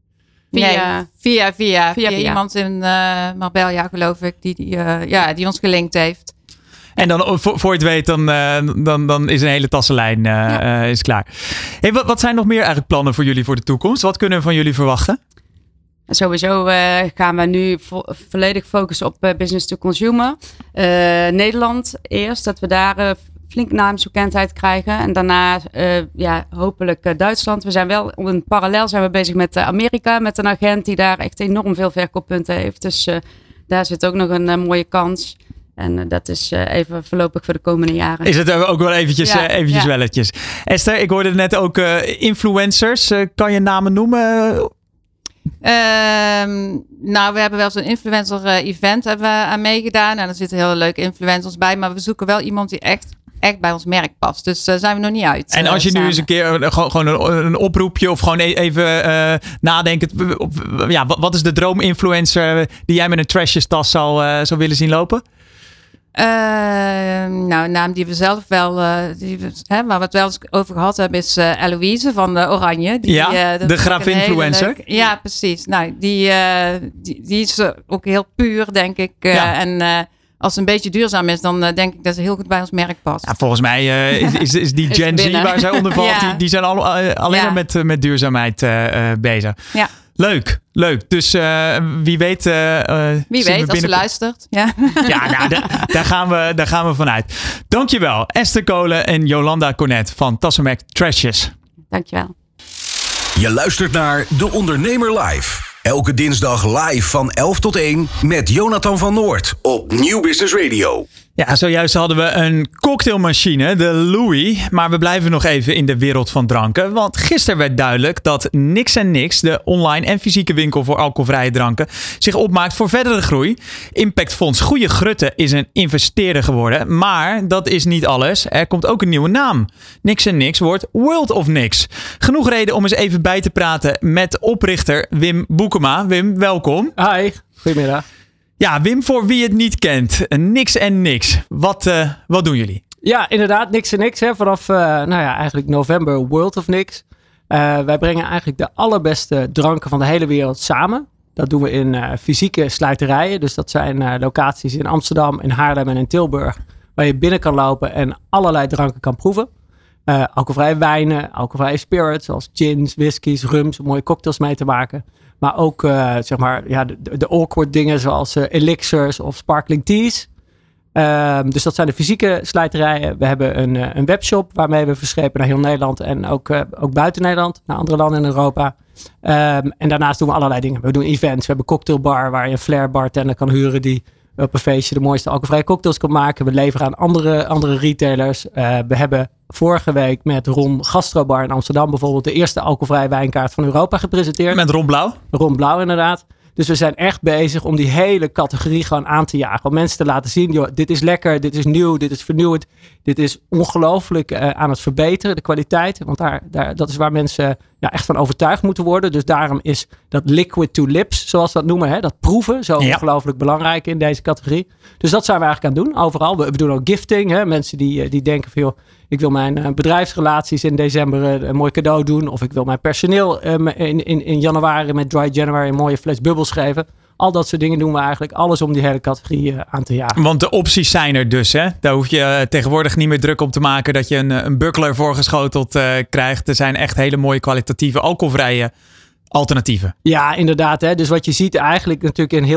Via iemand in Marbella, geloof ik, die ons gelinkt heeft. En dan voor je het weet, dan is een hele tassenlijn is klaar. Hey, wat zijn nog meer eigenlijk plannen voor jullie voor de toekomst? Wat kunnen we van jullie verwachten? Sowieso gaan we nu volledig focussen op business to consumer. Nederland eerst, dat we daar flink naamsbekendheid krijgen. En daarna hopelijk Duitsland. We zijn wel in parallel zijn we bezig met Amerika. Met een agent die daar echt enorm veel verkooppunten heeft. Dus daar zit ook nog een mooie kans. En dat is even voorlopig voor de komende jaren. Is het ook wel eventjes welletjes. Esther, ik hoorde net ook influencers. Kan je namen noemen? We hebben wel zo'n influencer event hebben we aan meegedaan. En er zitten hele leuke influencers bij. Maar we zoeken wel iemand die echt echt bij ons merk past. Dus daar zijn we nog niet uit. En als je nu eens een keer gewoon een oproepje of gewoon even nadenken. Wat is de droominfluencer die jij met een Trashers tas zou willen zien lopen? Een naam die we zelf wel, waar we het wel eens over gehad hebben, is Eloïse van Oranje. De graf-influencer. Ja, precies. Nou, die is ook heel puur, denk ik. En als het een beetje duurzaam is, dan denk ik dat ze heel goed bij ons merk past. Ja, volgens mij is die Gen Z waar zij onder valt, die zijn alleen maar met duurzaamheid bezig. Ja. Leuk. Dus wie weet. Wie weet, als ze luistert. Ja, daar gaan we vanuit. Dankjewel, Esther Kolen en Jolanda Cornet van Tassenmerk Trashers. Dankjewel. Je luistert naar De Ondernemer Live. Elke dinsdag live van 11 tot 1 met Jonathan van Noord op Nieuw Business Radio. Ja, zojuist hadden we een cocktailmachine, de Louis. Maar we blijven nog even in de wereld van dranken. Want gisteren werd duidelijk dat Nix & Nix, de online en fysieke winkel voor alcoholvrije dranken, zich opmaakt voor verdere groei. Impactfonds Goeie Grutte is een investeerder geworden. Maar dat is niet alles. Er komt ook een nieuwe naam. Nix & Nix wordt World of Nix. Genoeg reden om eens even bij te praten met oprichter Wim Boekema. Wim, welkom. Hi, goedemiddag. Ja, Wim, voor wie het niet kent, Nix & Nix. Wat doen jullie? Ja, inderdaad, Nix & Nix. Vanaf eigenlijk november World of Nix. Wij brengen eigenlijk de allerbeste dranken van de hele wereld samen. Dat doen we in fysieke slijterijen. Dus dat zijn locaties in Amsterdam, in Haarlem en in Tilburg. Waar je binnen kan lopen en allerlei dranken kan proeven. Alcoholvrije wijnen, alcoholvrije spirits, zoals gins, whiskies, rums, om mooie cocktails mee te maken. Maar ook de awkward dingen zoals elixirs of sparkling teas. Dus dat zijn de fysieke slijterijen. We hebben een webshop waarmee we verschepen naar heel Nederland. En ook buiten Nederland, naar andere landen in Europa. En daarnaast doen we allerlei dingen. We doen events. We hebben een cocktailbar waar je een flair bartender kan huren die op een feestje de mooiste alcoholvrije cocktails kan maken. We leveren aan andere retailers. We hebben vorige week met Ron Gastrobar in Amsterdam bijvoorbeeld de eerste alcoholvrije wijnkaart van Europa gepresenteerd. Met Ron Blauw? Ron Blauw, inderdaad. Dus we zijn echt bezig om die hele categorie gewoon aan te jagen. Om mensen te laten zien, joh, dit is lekker, dit is nieuw, dit is vernieuwend. Dit is ongelooflijk aan het verbeteren, de kwaliteit. Want dat is waar mensen echt van overtuigd moeten worden. Dus daarom is dat liquid to lips, zoals we dat noemen. Dat proeven, zo ongelooflijk belangrijk in deze categorie. Dus dat zijn we eigenlijk aan het doen, overal. We doen ook gifting. Mensen die denken van, joh, ik wil mijn bedrijfsrelaties in december een mooi cadeau doen. Of ik wil mijn personeel in januari met Dry January een mooie fles bubbels geven. Al dat soort dingen doen we eigenlijk. Alles om die hele categorie aan te jagen. Want de opties zijn er dus. Hè? Daar hoef je tegenwoordig niet meer druk op te maken dat je een buckler voorgeschoteld krijgt. Er zijn echt hele mooie kwalitatieve alcoholvrije alternatieven. Ja, inderdaad. Dus wat je ziet eigenlijk natuurlijk in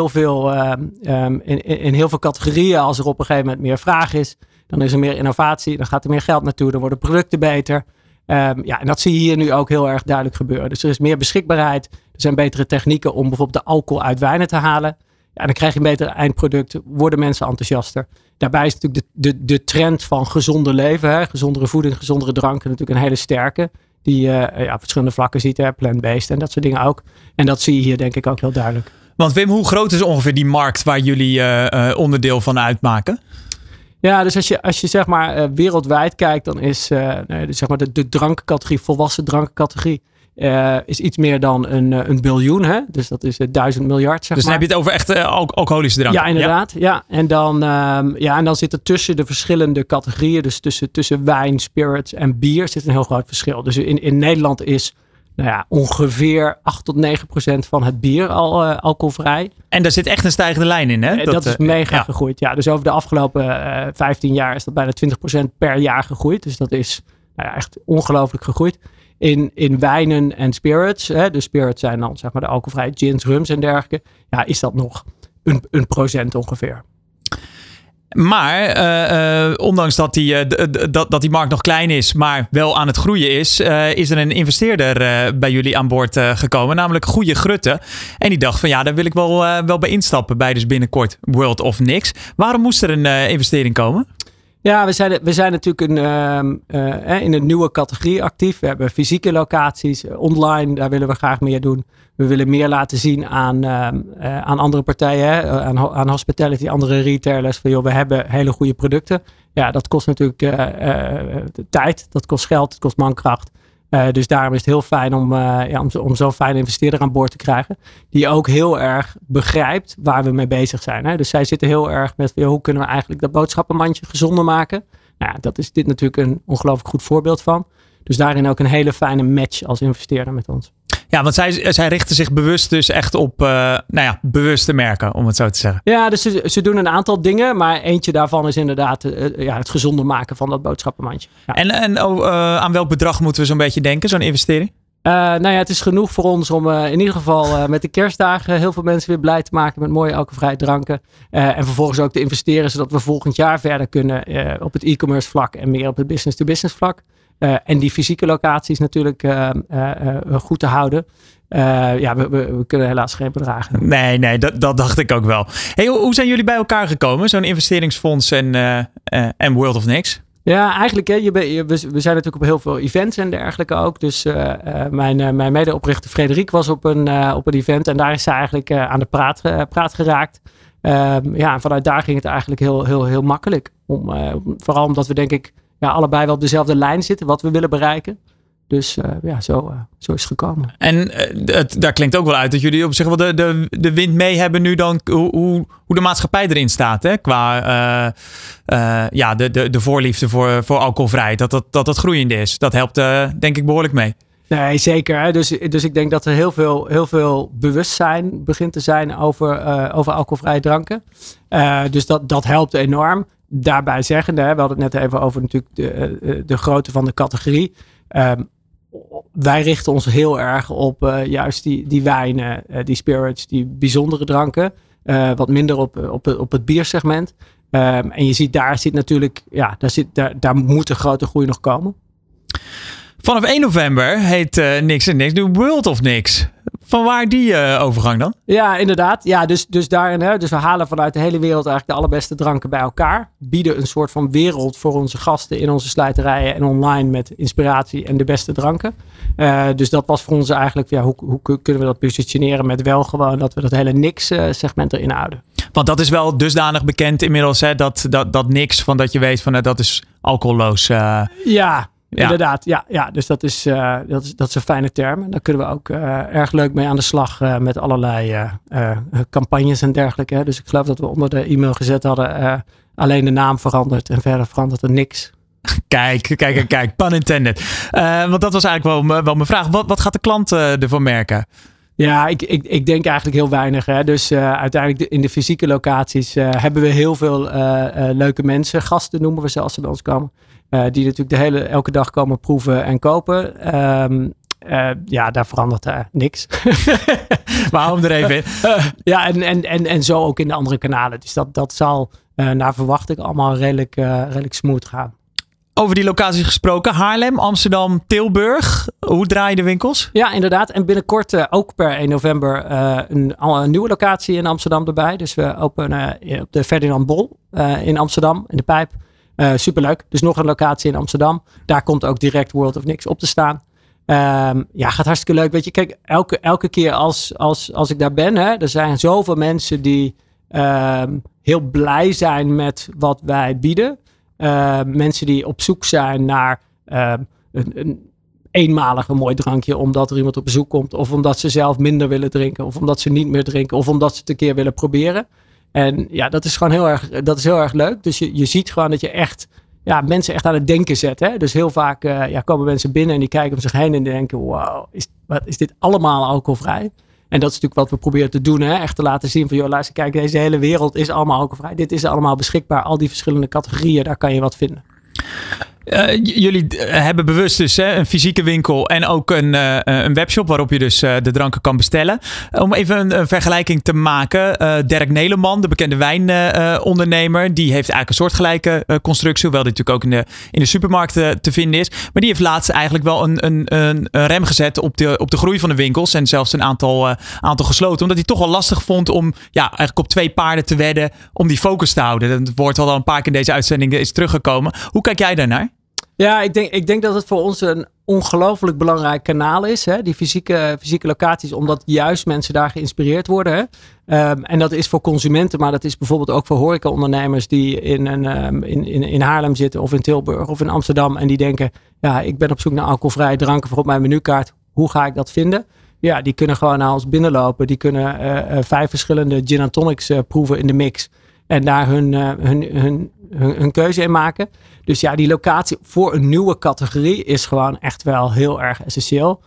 heel veel categorieën. Als er op een gegeven moment meer vraag is. Dan is er meer innovatie. Dan gaat er meer geld naartoe. Dan worden producten beter. En dat zie je hier nu ook heel erg duidelijk gebeuren. Dus er is meer beschikbaarheid. Er zijn betere technieken om bijvoorbeeld de alcohol uit wijnen te halen. Ja, dan krijg je een beter eindproduct. Worden mensen enthousiaster. Daarbij is natuurlijk de trend van gezonder leven. Gezondere voeding, gezondere dranken natuurlijk een hele sterke. Die je op verschillende vlakken ziet. Plant-based en dat soort dingen ook. En dat zie je hier denk ik ook heel duidelijk. Want Wim, hoe groot is ongeveer die markt waar jullie onderdeel van uitmaken? Ja, dus als je zeg maar wereldwijd kijkt, dan is zeg maar de drankencategorie, volwassen drankencategorie, is iets meer dan een biljoen. Hè? Dus dat is 1000 miljard. Zeg dus dan maar. heb je het over echt alcoholische dranken. Ja, inderdaad. Ja. En dan zit er tussen de verschillende categorieën, dus tussen wijn, spirits en bier, zit een heel groot verschil. Dus in Nederland is ongeveer 8-9% van het bier al alcoholvrij. En daar zit echt een stijgende lijn in, hè? Dat is mega gegroeid. Ja, dus over de afgelopen 15 jaar is dat bijna 20% per jaar gegroeid. Dus dat is echt ongelooflijk gegroeid. In wijnen en spirits, de spirits zijn dan zeg maar de alcoholvrije gins, rums en dergelijke. Ja, is dat nog een procent ongeveer. Maar ondanks dat die markt nog klein is, maar wel aan het groeien is er een investeerder bij jullie aan boord gekomen, namelijk Goeie Grutte. En die dacht van daar wil ik wel bij instappen bij dus binnenkort World of Nix. Waarom moest er een investering komen? Ja, we zijn natuurlijk in een nieuwe categorie actief. We hebben fysieke locaties, online, daar willen we graag meer doen. We willen meer laten zien aan andere partijen, aan hospitality, andere retailers. Van, joh, we hebben hele goede producten. Ja, dat kost natuurlijk tijd, dat kost geld, het kost mankracht. Dus daarom is het heel fijn om zo'n fijne investeerder aan boord te krijgen. Die ook heel erg begrijpt waar we mee bezig zijn. Hè? Dus zij zitten heel erg met hoe kunnen we eigenlijk dat boodschappenmandje gezonder maken. Nou ja, dat is dit natuurlijk een ongelooflijk goed voorbeeld van. Dus daarin ook een hele fijne match als investeerder met ons. Ja, want zij richten zich bewust dus echt op bewuste merken, om het zo te zeggen. Ja, dus ze doen een aantal dingen, maar eentje daarvan is inderdaad het gezonder maken van dat boodschappenmandje. Ja. En aan welk bedrag moeten we zo'n beetje denken, zo'n investering? Het is genoeg voor ons om in ieder geval met de kerstdagen heel veel mensen weer blij te maken met mooie alcoholvrije dranken. En vervolgens ook te investeren, zodat we volgend jaar verder kunnen op het e-commerce vlak en meer op het business-to-business vlak. En die fysieke locaties natuurlijk goed te houden. We kunnen helaas geen bedragen. Nee, dat dacht ik ook wel. Hey, hoe zijn jullie bij elkaar gekomen? Zo'n investeringsfonds en World of Nix? Ja, eigenlijk, we zijn natuurlijk op heel veel events en dergelijke ook. Dus mijn medeoprichter Frederik was op een event. En daar is ze eigenlijk aan de praat geraakt. En vanuit daar ging het eigenlijk heel makkelijk. Vooral omdat we denk ik allebei wel op dezelfde lijn zitten. Wat we willen bereiken. Dus zo is het gekomen. En daar klinkt ook wel uit dat jullie op zich wel de wind mee hebben nu dan hoe de maatschappij erin staat. Hè? Qua de voorliefde voor alcoholvrij. Dat groeiende is. Dat helpt denk ik behoorlijk mee. Nee, zeker. Hè? Dus ik denk dat er heel veel bewustzijn begint te zijn over alcoholvrije dranken. Dus dat helpt enorm. Daarbij zeggende, we hadden het net even over natuurlijk de grootte van de categorie. Wij richten ons heel erg op juist die wijnen, die spirits, die bijzondere dranken. Wat minder op het biersegment. En je ziet, daar moet een grote groei nog komen. Vanaf 1 november heet Nix & Nix nu World of Nix. Vanwaar die overgang dan? Ja, inderdaad. Ja, dus daarin, dus we halen vanuit de hele wereld eigenlijk de allerbeste dranken bij elkaar. Bieden een soort van wereld voor onze gasten in onze slijterijen en online met inspiratie en de beste dranken. Dus dat was voor ons eigenlijk, hoe kunnen we dat positioneren met wel gewoon dat we dat hele Nix-segment erin houden. Want dat is wel dusdanig bekend inmiddels, hè, dat Nix, van dat je weet van dat is alcoholloos. Ja. Inderdaad, ja. Dus dat is een fijne term. En daar kunnen we ook erg leuk mee aan de slag met allerlei campagnes en dergelijke. Hè. Dus ik geloof dat we onder de e-mail gezet hadden alleen de naam veranderd en verder verandert er niks. Kijk, pun intended. Want dat was eigenlijk wel mijn vraag. Wat gaat de klant ervan merken? Ja, ik denk eigenlijk heel weinig. Hè. Dus uiteindelijk in de fysieke locaties hebben we heel veel leuke mensen. Gasten noemen we ze als ze bij ons komen. Die natuurlijk elke dag komen proeven en kopen. Daar verandert niks. Maar hou hem er even in. En zo ook in de andere kanalen. Dus dat zal, naar verwacht ik, allemaal redelijk smooth gaan. Over die locaties gesproken. Haarlem, Amsterdam, Tilburg. Hoe draai je de winkels? Ja, inderdaad. En binnenkort ook per 1 november een nieuwe locatie in Amsterdam erbij. Dus we openen op de Ferdinand Bol in Amsterdam, in de Pijp. Superleuk. Dus nog een locatie in Amsterdam. Daar komt ook direct World of Nix op te staan. Gaat hartstikke leuk. Weet je, kijk, elke keer als ik daar ben, hè, er zijn zoveel mensen die heel blij zijn met wat wij bieden. Mensen die op zoek zijn naar een eenmalig een mooi drankje omdat er iemand op bezoek komt. Of omdat ze zelf minder willen drinken. Of omdat ze niet meer drinken. Of omdat ze het een keer willen proberen. En ja, dat is gewoon heel erg leuk. Dus je ziet gewoon dat je echt mensen echt aan het denken zet. Hè? Dus heel vaak komen mensen binnen en die kijken om zich heen en denken, wow, is dit allemaal alcoholvrij? En dat is natuurlijk wat we proberen te doen. Hè? Echt te laten zien van, joh, luister, kijk, deze hele wereld is allemaal alcoholvrij. Dit is allemaal beschikbaar. Al die verschillende categorieën, daar kan je wat vinden. Jullie hebben bewust dus een fysieke winkel en ook een webshop waarop je dus de dranken kan bestellen. Om even een vergelijking te maken. Dirk Neleman, de bekende wijnondernemer, die heeft eigenlijk een soortgelijke constructie, hoewel die natuurlijk ook in de supermarkt te vinden is. Maar die heeft laatst eigenlijk wel een rem gezet op de groei van de winkels en zelfs een aantal gesloten. Omdat hij toch wel lastig vond om eigenlijk op 2 paarden te wedden om die focus te houden. Het woord al een paar keer in deze uitzending is teruggekomen. Hoe kijk jij daarnaar? Ja, ik denk dat het voor ons een ongelooflijk belangrijk kanaal is. Hè? Die fysieke locaties, omdat juist mensen daar geïnspireerd worden. Hè? En dat is voor consumenten, maar dat is bijvoorbeeld ook voor horecaondernemers die in Haarlem zitten of in Tilburg of in Amsterdam. En die denken, ja, ik ben op zoek naar alcoholvrije dranken voor op mijn menukaart. Hoe ga ik dat vinden? Ja, die kunnen gewoon naar ons binnenlopen. Die kunnen 5 verschillende gin en tonics proeven in de mix. En daar hun keuze in maken. Dus ja, die locatie voor een nieuwe categorie is gewoon echt wel heel erg essentieel.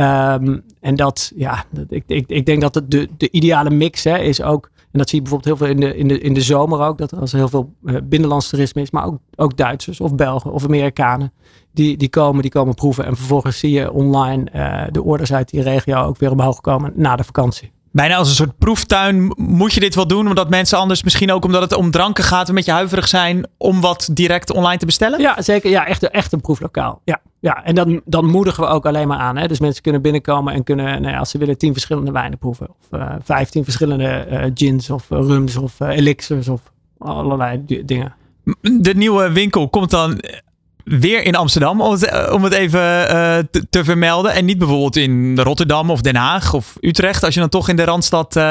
En dat, ja, ik denk dat de ideale mix is ook, en dat zie je bijvoorbeeld heel veel in de zomer ook, dat als er heel veel binnenlands toerisme is, maar ook Duitsers of Belgen of Amerikanen, die komen proeven. En vervolgens zie je online de orders uit die regio ook weer omhoog komen na de vakantie. Bijna als een soort proeftuin moet je dit wel doen, omdat mensen anders misschien ook omdat het om dranken gaat een beetje huiverig zijn om wat direct online te bestellen? Ja, zeker. Ja, echt een proeflokaal. Ja. En dan moedigen we ook alleen maar aan. Hè? Dus mensen kunnen binnenkomen en kunnen, als ze willen, 10 verschillende wijnen proeven. Of 15 verschillende gins of rums of elixirs of allerlei dingen. De nieuwe winkel komt dan weer in Amsterdam, om het even te vermelden. En niet bijvoorbeeld in Rotterdam of Den Haag of Utrecht. Als je dan toch in de Randstad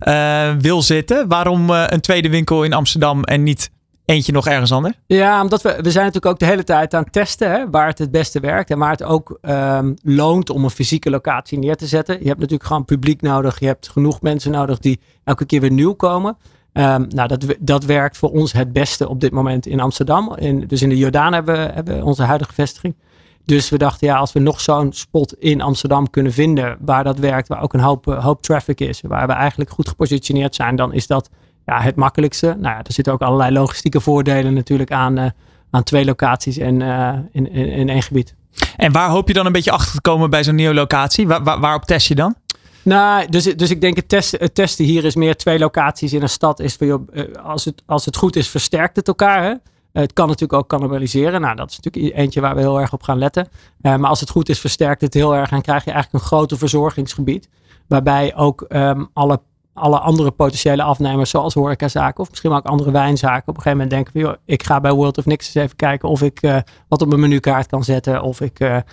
wil zitten. Waarom een tweede winkel in Amsterdam en niet eentje nog ergens anders? Ja, omdat we zijn natuurlijk ook de hele tijd aan het testen. Hè, waar het beste werkt. En waar het ook loont om een fysieke locatie neer te zetten. Je hebt natuurlijk gewoon publiek nodig. Je hebt genoeg mensen nodig die elke keer weer nieuw komen. Dat werkt voor ons het beste op dit moment in Amsterdam. Dus in de Jordaan hebben we onze huidige vestiging. Dus we dachten, ja, als we nog zo'n spot in Amsterdam kunnen vinden waar dat werkt, waar ook een hoop traffic is, waar we eigenlijk goed gepositioneerd zijn, dan is dat het makkelijkste. Nou ja, er zitten ook allerlei logistieke voordelen natuurlijk aan 2 locaties in 1 gebied. En waar hoop je dan een beetje achter te komen bij zo'n nieuwe locatie? Waarop test je dan? Nou, dus ik denk het testen hier is meer 2 locaties in een stad. Is voor als het goed is, versterkt het elkaar. Hè? Het kan natuurlijk ook cannibaliseren. Nou, dat is natuurlijk eentje waar we heel erg op gaan letten. Maar als het goed is, versterkt het heel erg. En krijg je eigenlijk een groter verzorgingsgebied. Waarbij ook alle andere potentiële afnemers, zoals horecazaken of misschien ook andere wijnzaken, op een gegeven moment denken van, joh, ik ga bij World of Nix eens even kijken of ik wat op mijn menukaart kan zetten. Of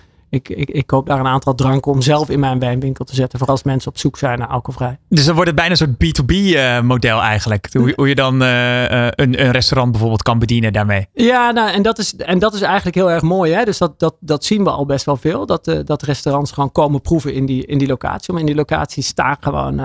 ik koop daar een aantal dranken om zelf in mijn wijnwinkel te zetten. Voor als mensen op zoek zijn naar alcoholvrij. Dus dan wordt het bijna een soort B2B model eigenlijk. Hoe je dan een restaurant bijvoorbeeld kan bedienen daarmee. Ja, nou, en dat is eigenlijk heel erg mooi. Hè? Dus dat zien we al best wel veel. Dat restaurants gewoon komen proeven in die locatie. Maar in die locatie staan gewoon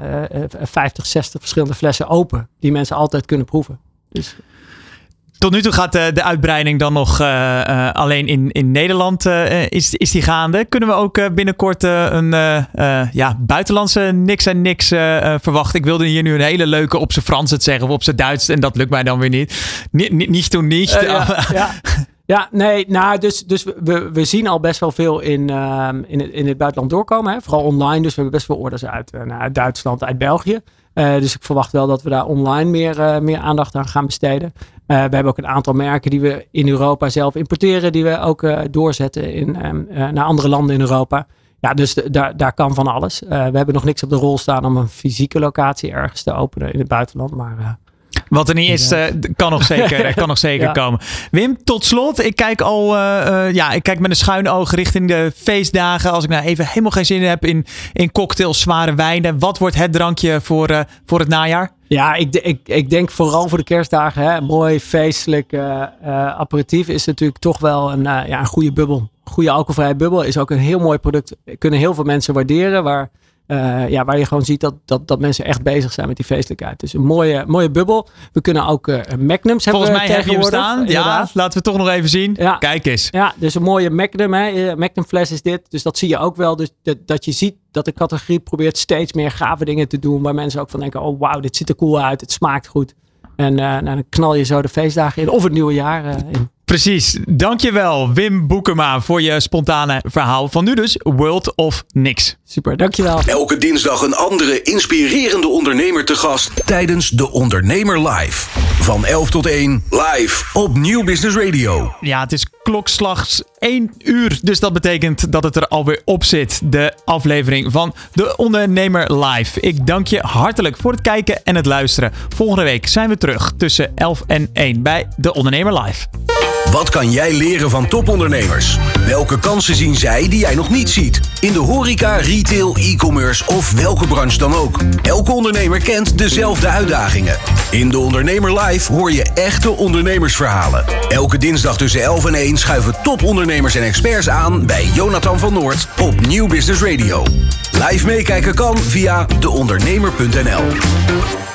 50, 60 verschillende flessen open. Die mensen altijd kunnen proeven. Dus tot nu toe gaat de uitbreiding dan nog alleen in Nederland is die gaande. Kunnen we ook binnenkort een buitenlandse Nix en Nix verwachten? Ik wilde hier nu een hele leuke op zijn Frans het zeggen of op zijn Duits en dat lukt mij dan weer niet. Niet toen niet. Ja, nee, nou, dus we zien al best wel veel in het buitenland doorkomen. Hè? Vooral online, dus we hebben best veel orders uit Duitsland, uit België. Dus ik verwacht wel dat we daar online meer aandacht aan gaan besteden. We hebben ook een aantal merken die we in Europa zelf importeren. Die we ook doorzetten naar andere landen in Europa. Ja, dus daar kan van alles. We hebben nog niks op de rol staan om een fysieke locatie ergens te openen in het buitenland. Maar wat er niet is, kan nog zeker komen. Wim, tot slot. Ik kijk ik kijk met een schuin oog richting de feestdagen. Als ik nou even helemaal geen zin heb in cocktails, zware wijnen. Wat wordt het drankje voor het najaar? Ja, ik denk vooral voor de kerstdagen. Hè, mooi feestelijk aperitief is natuurlijk toch wel een goede bubbel. Een goede alcoholvrije bubbel is ook een heel mooi product. Kunnen heel veel mensen waarderen. Waar je gewoon ziet dat mensen echt bezig zijn met die feestelijkheid. Dus een mooie bubbel. We kunnen ook Magnums hebben. Volgens mij heb je hem staan. Ja, laten we toch nog even zien. Ja. Kijk eens. Ja, dus een mooie Magnum. Magnum fles is dit. Dus dat zie je ook wel. Dus dat je ziet dat de categorie probeert steeds meer gave dingen te doen. Waar mensen ook van denken, oh wauw, dit ziet er cool uit. Het smaakt goed. En dan knal je zo de feestdagen in. Of het nieuwe jaar in. Precies. Dankjewel Wim Boekema voor je spontane verhaal. Van nu dus World of Niks. Super, dankjewel. Elke dinsdag een andere inspirerende ondernemer te gast tijdens De Ondernemer Live. Van 11 tot 1 live op Nieuw Business Radio. Ja, het is klokslags 1 uur. Dus dat betekent dat het er alweer op zit. De aflevering van De Ondernemer Live. Ik dank je hartelijk voor het kijken en het luisteren. Volgende week zijn we terug tussen 11 en 1 bij De Ondernemer Live. Wat kan jij leren van topondernemers? Welke kansen zien zij die jij nog niet ziet? In de horeca, retail, e-commerce of welke branche dan ook. Elke ondernemer kent dezelfde uitdagingen. In De Ondernemer Live hoor je echte ondernemersverhalen. Elke dinsdag tussen 11 en 1 schuiven topondernemers en experts aan bij Jonathan van Noord op Nieuw Business Radio. Live meekijken kan via deondernemer.nl.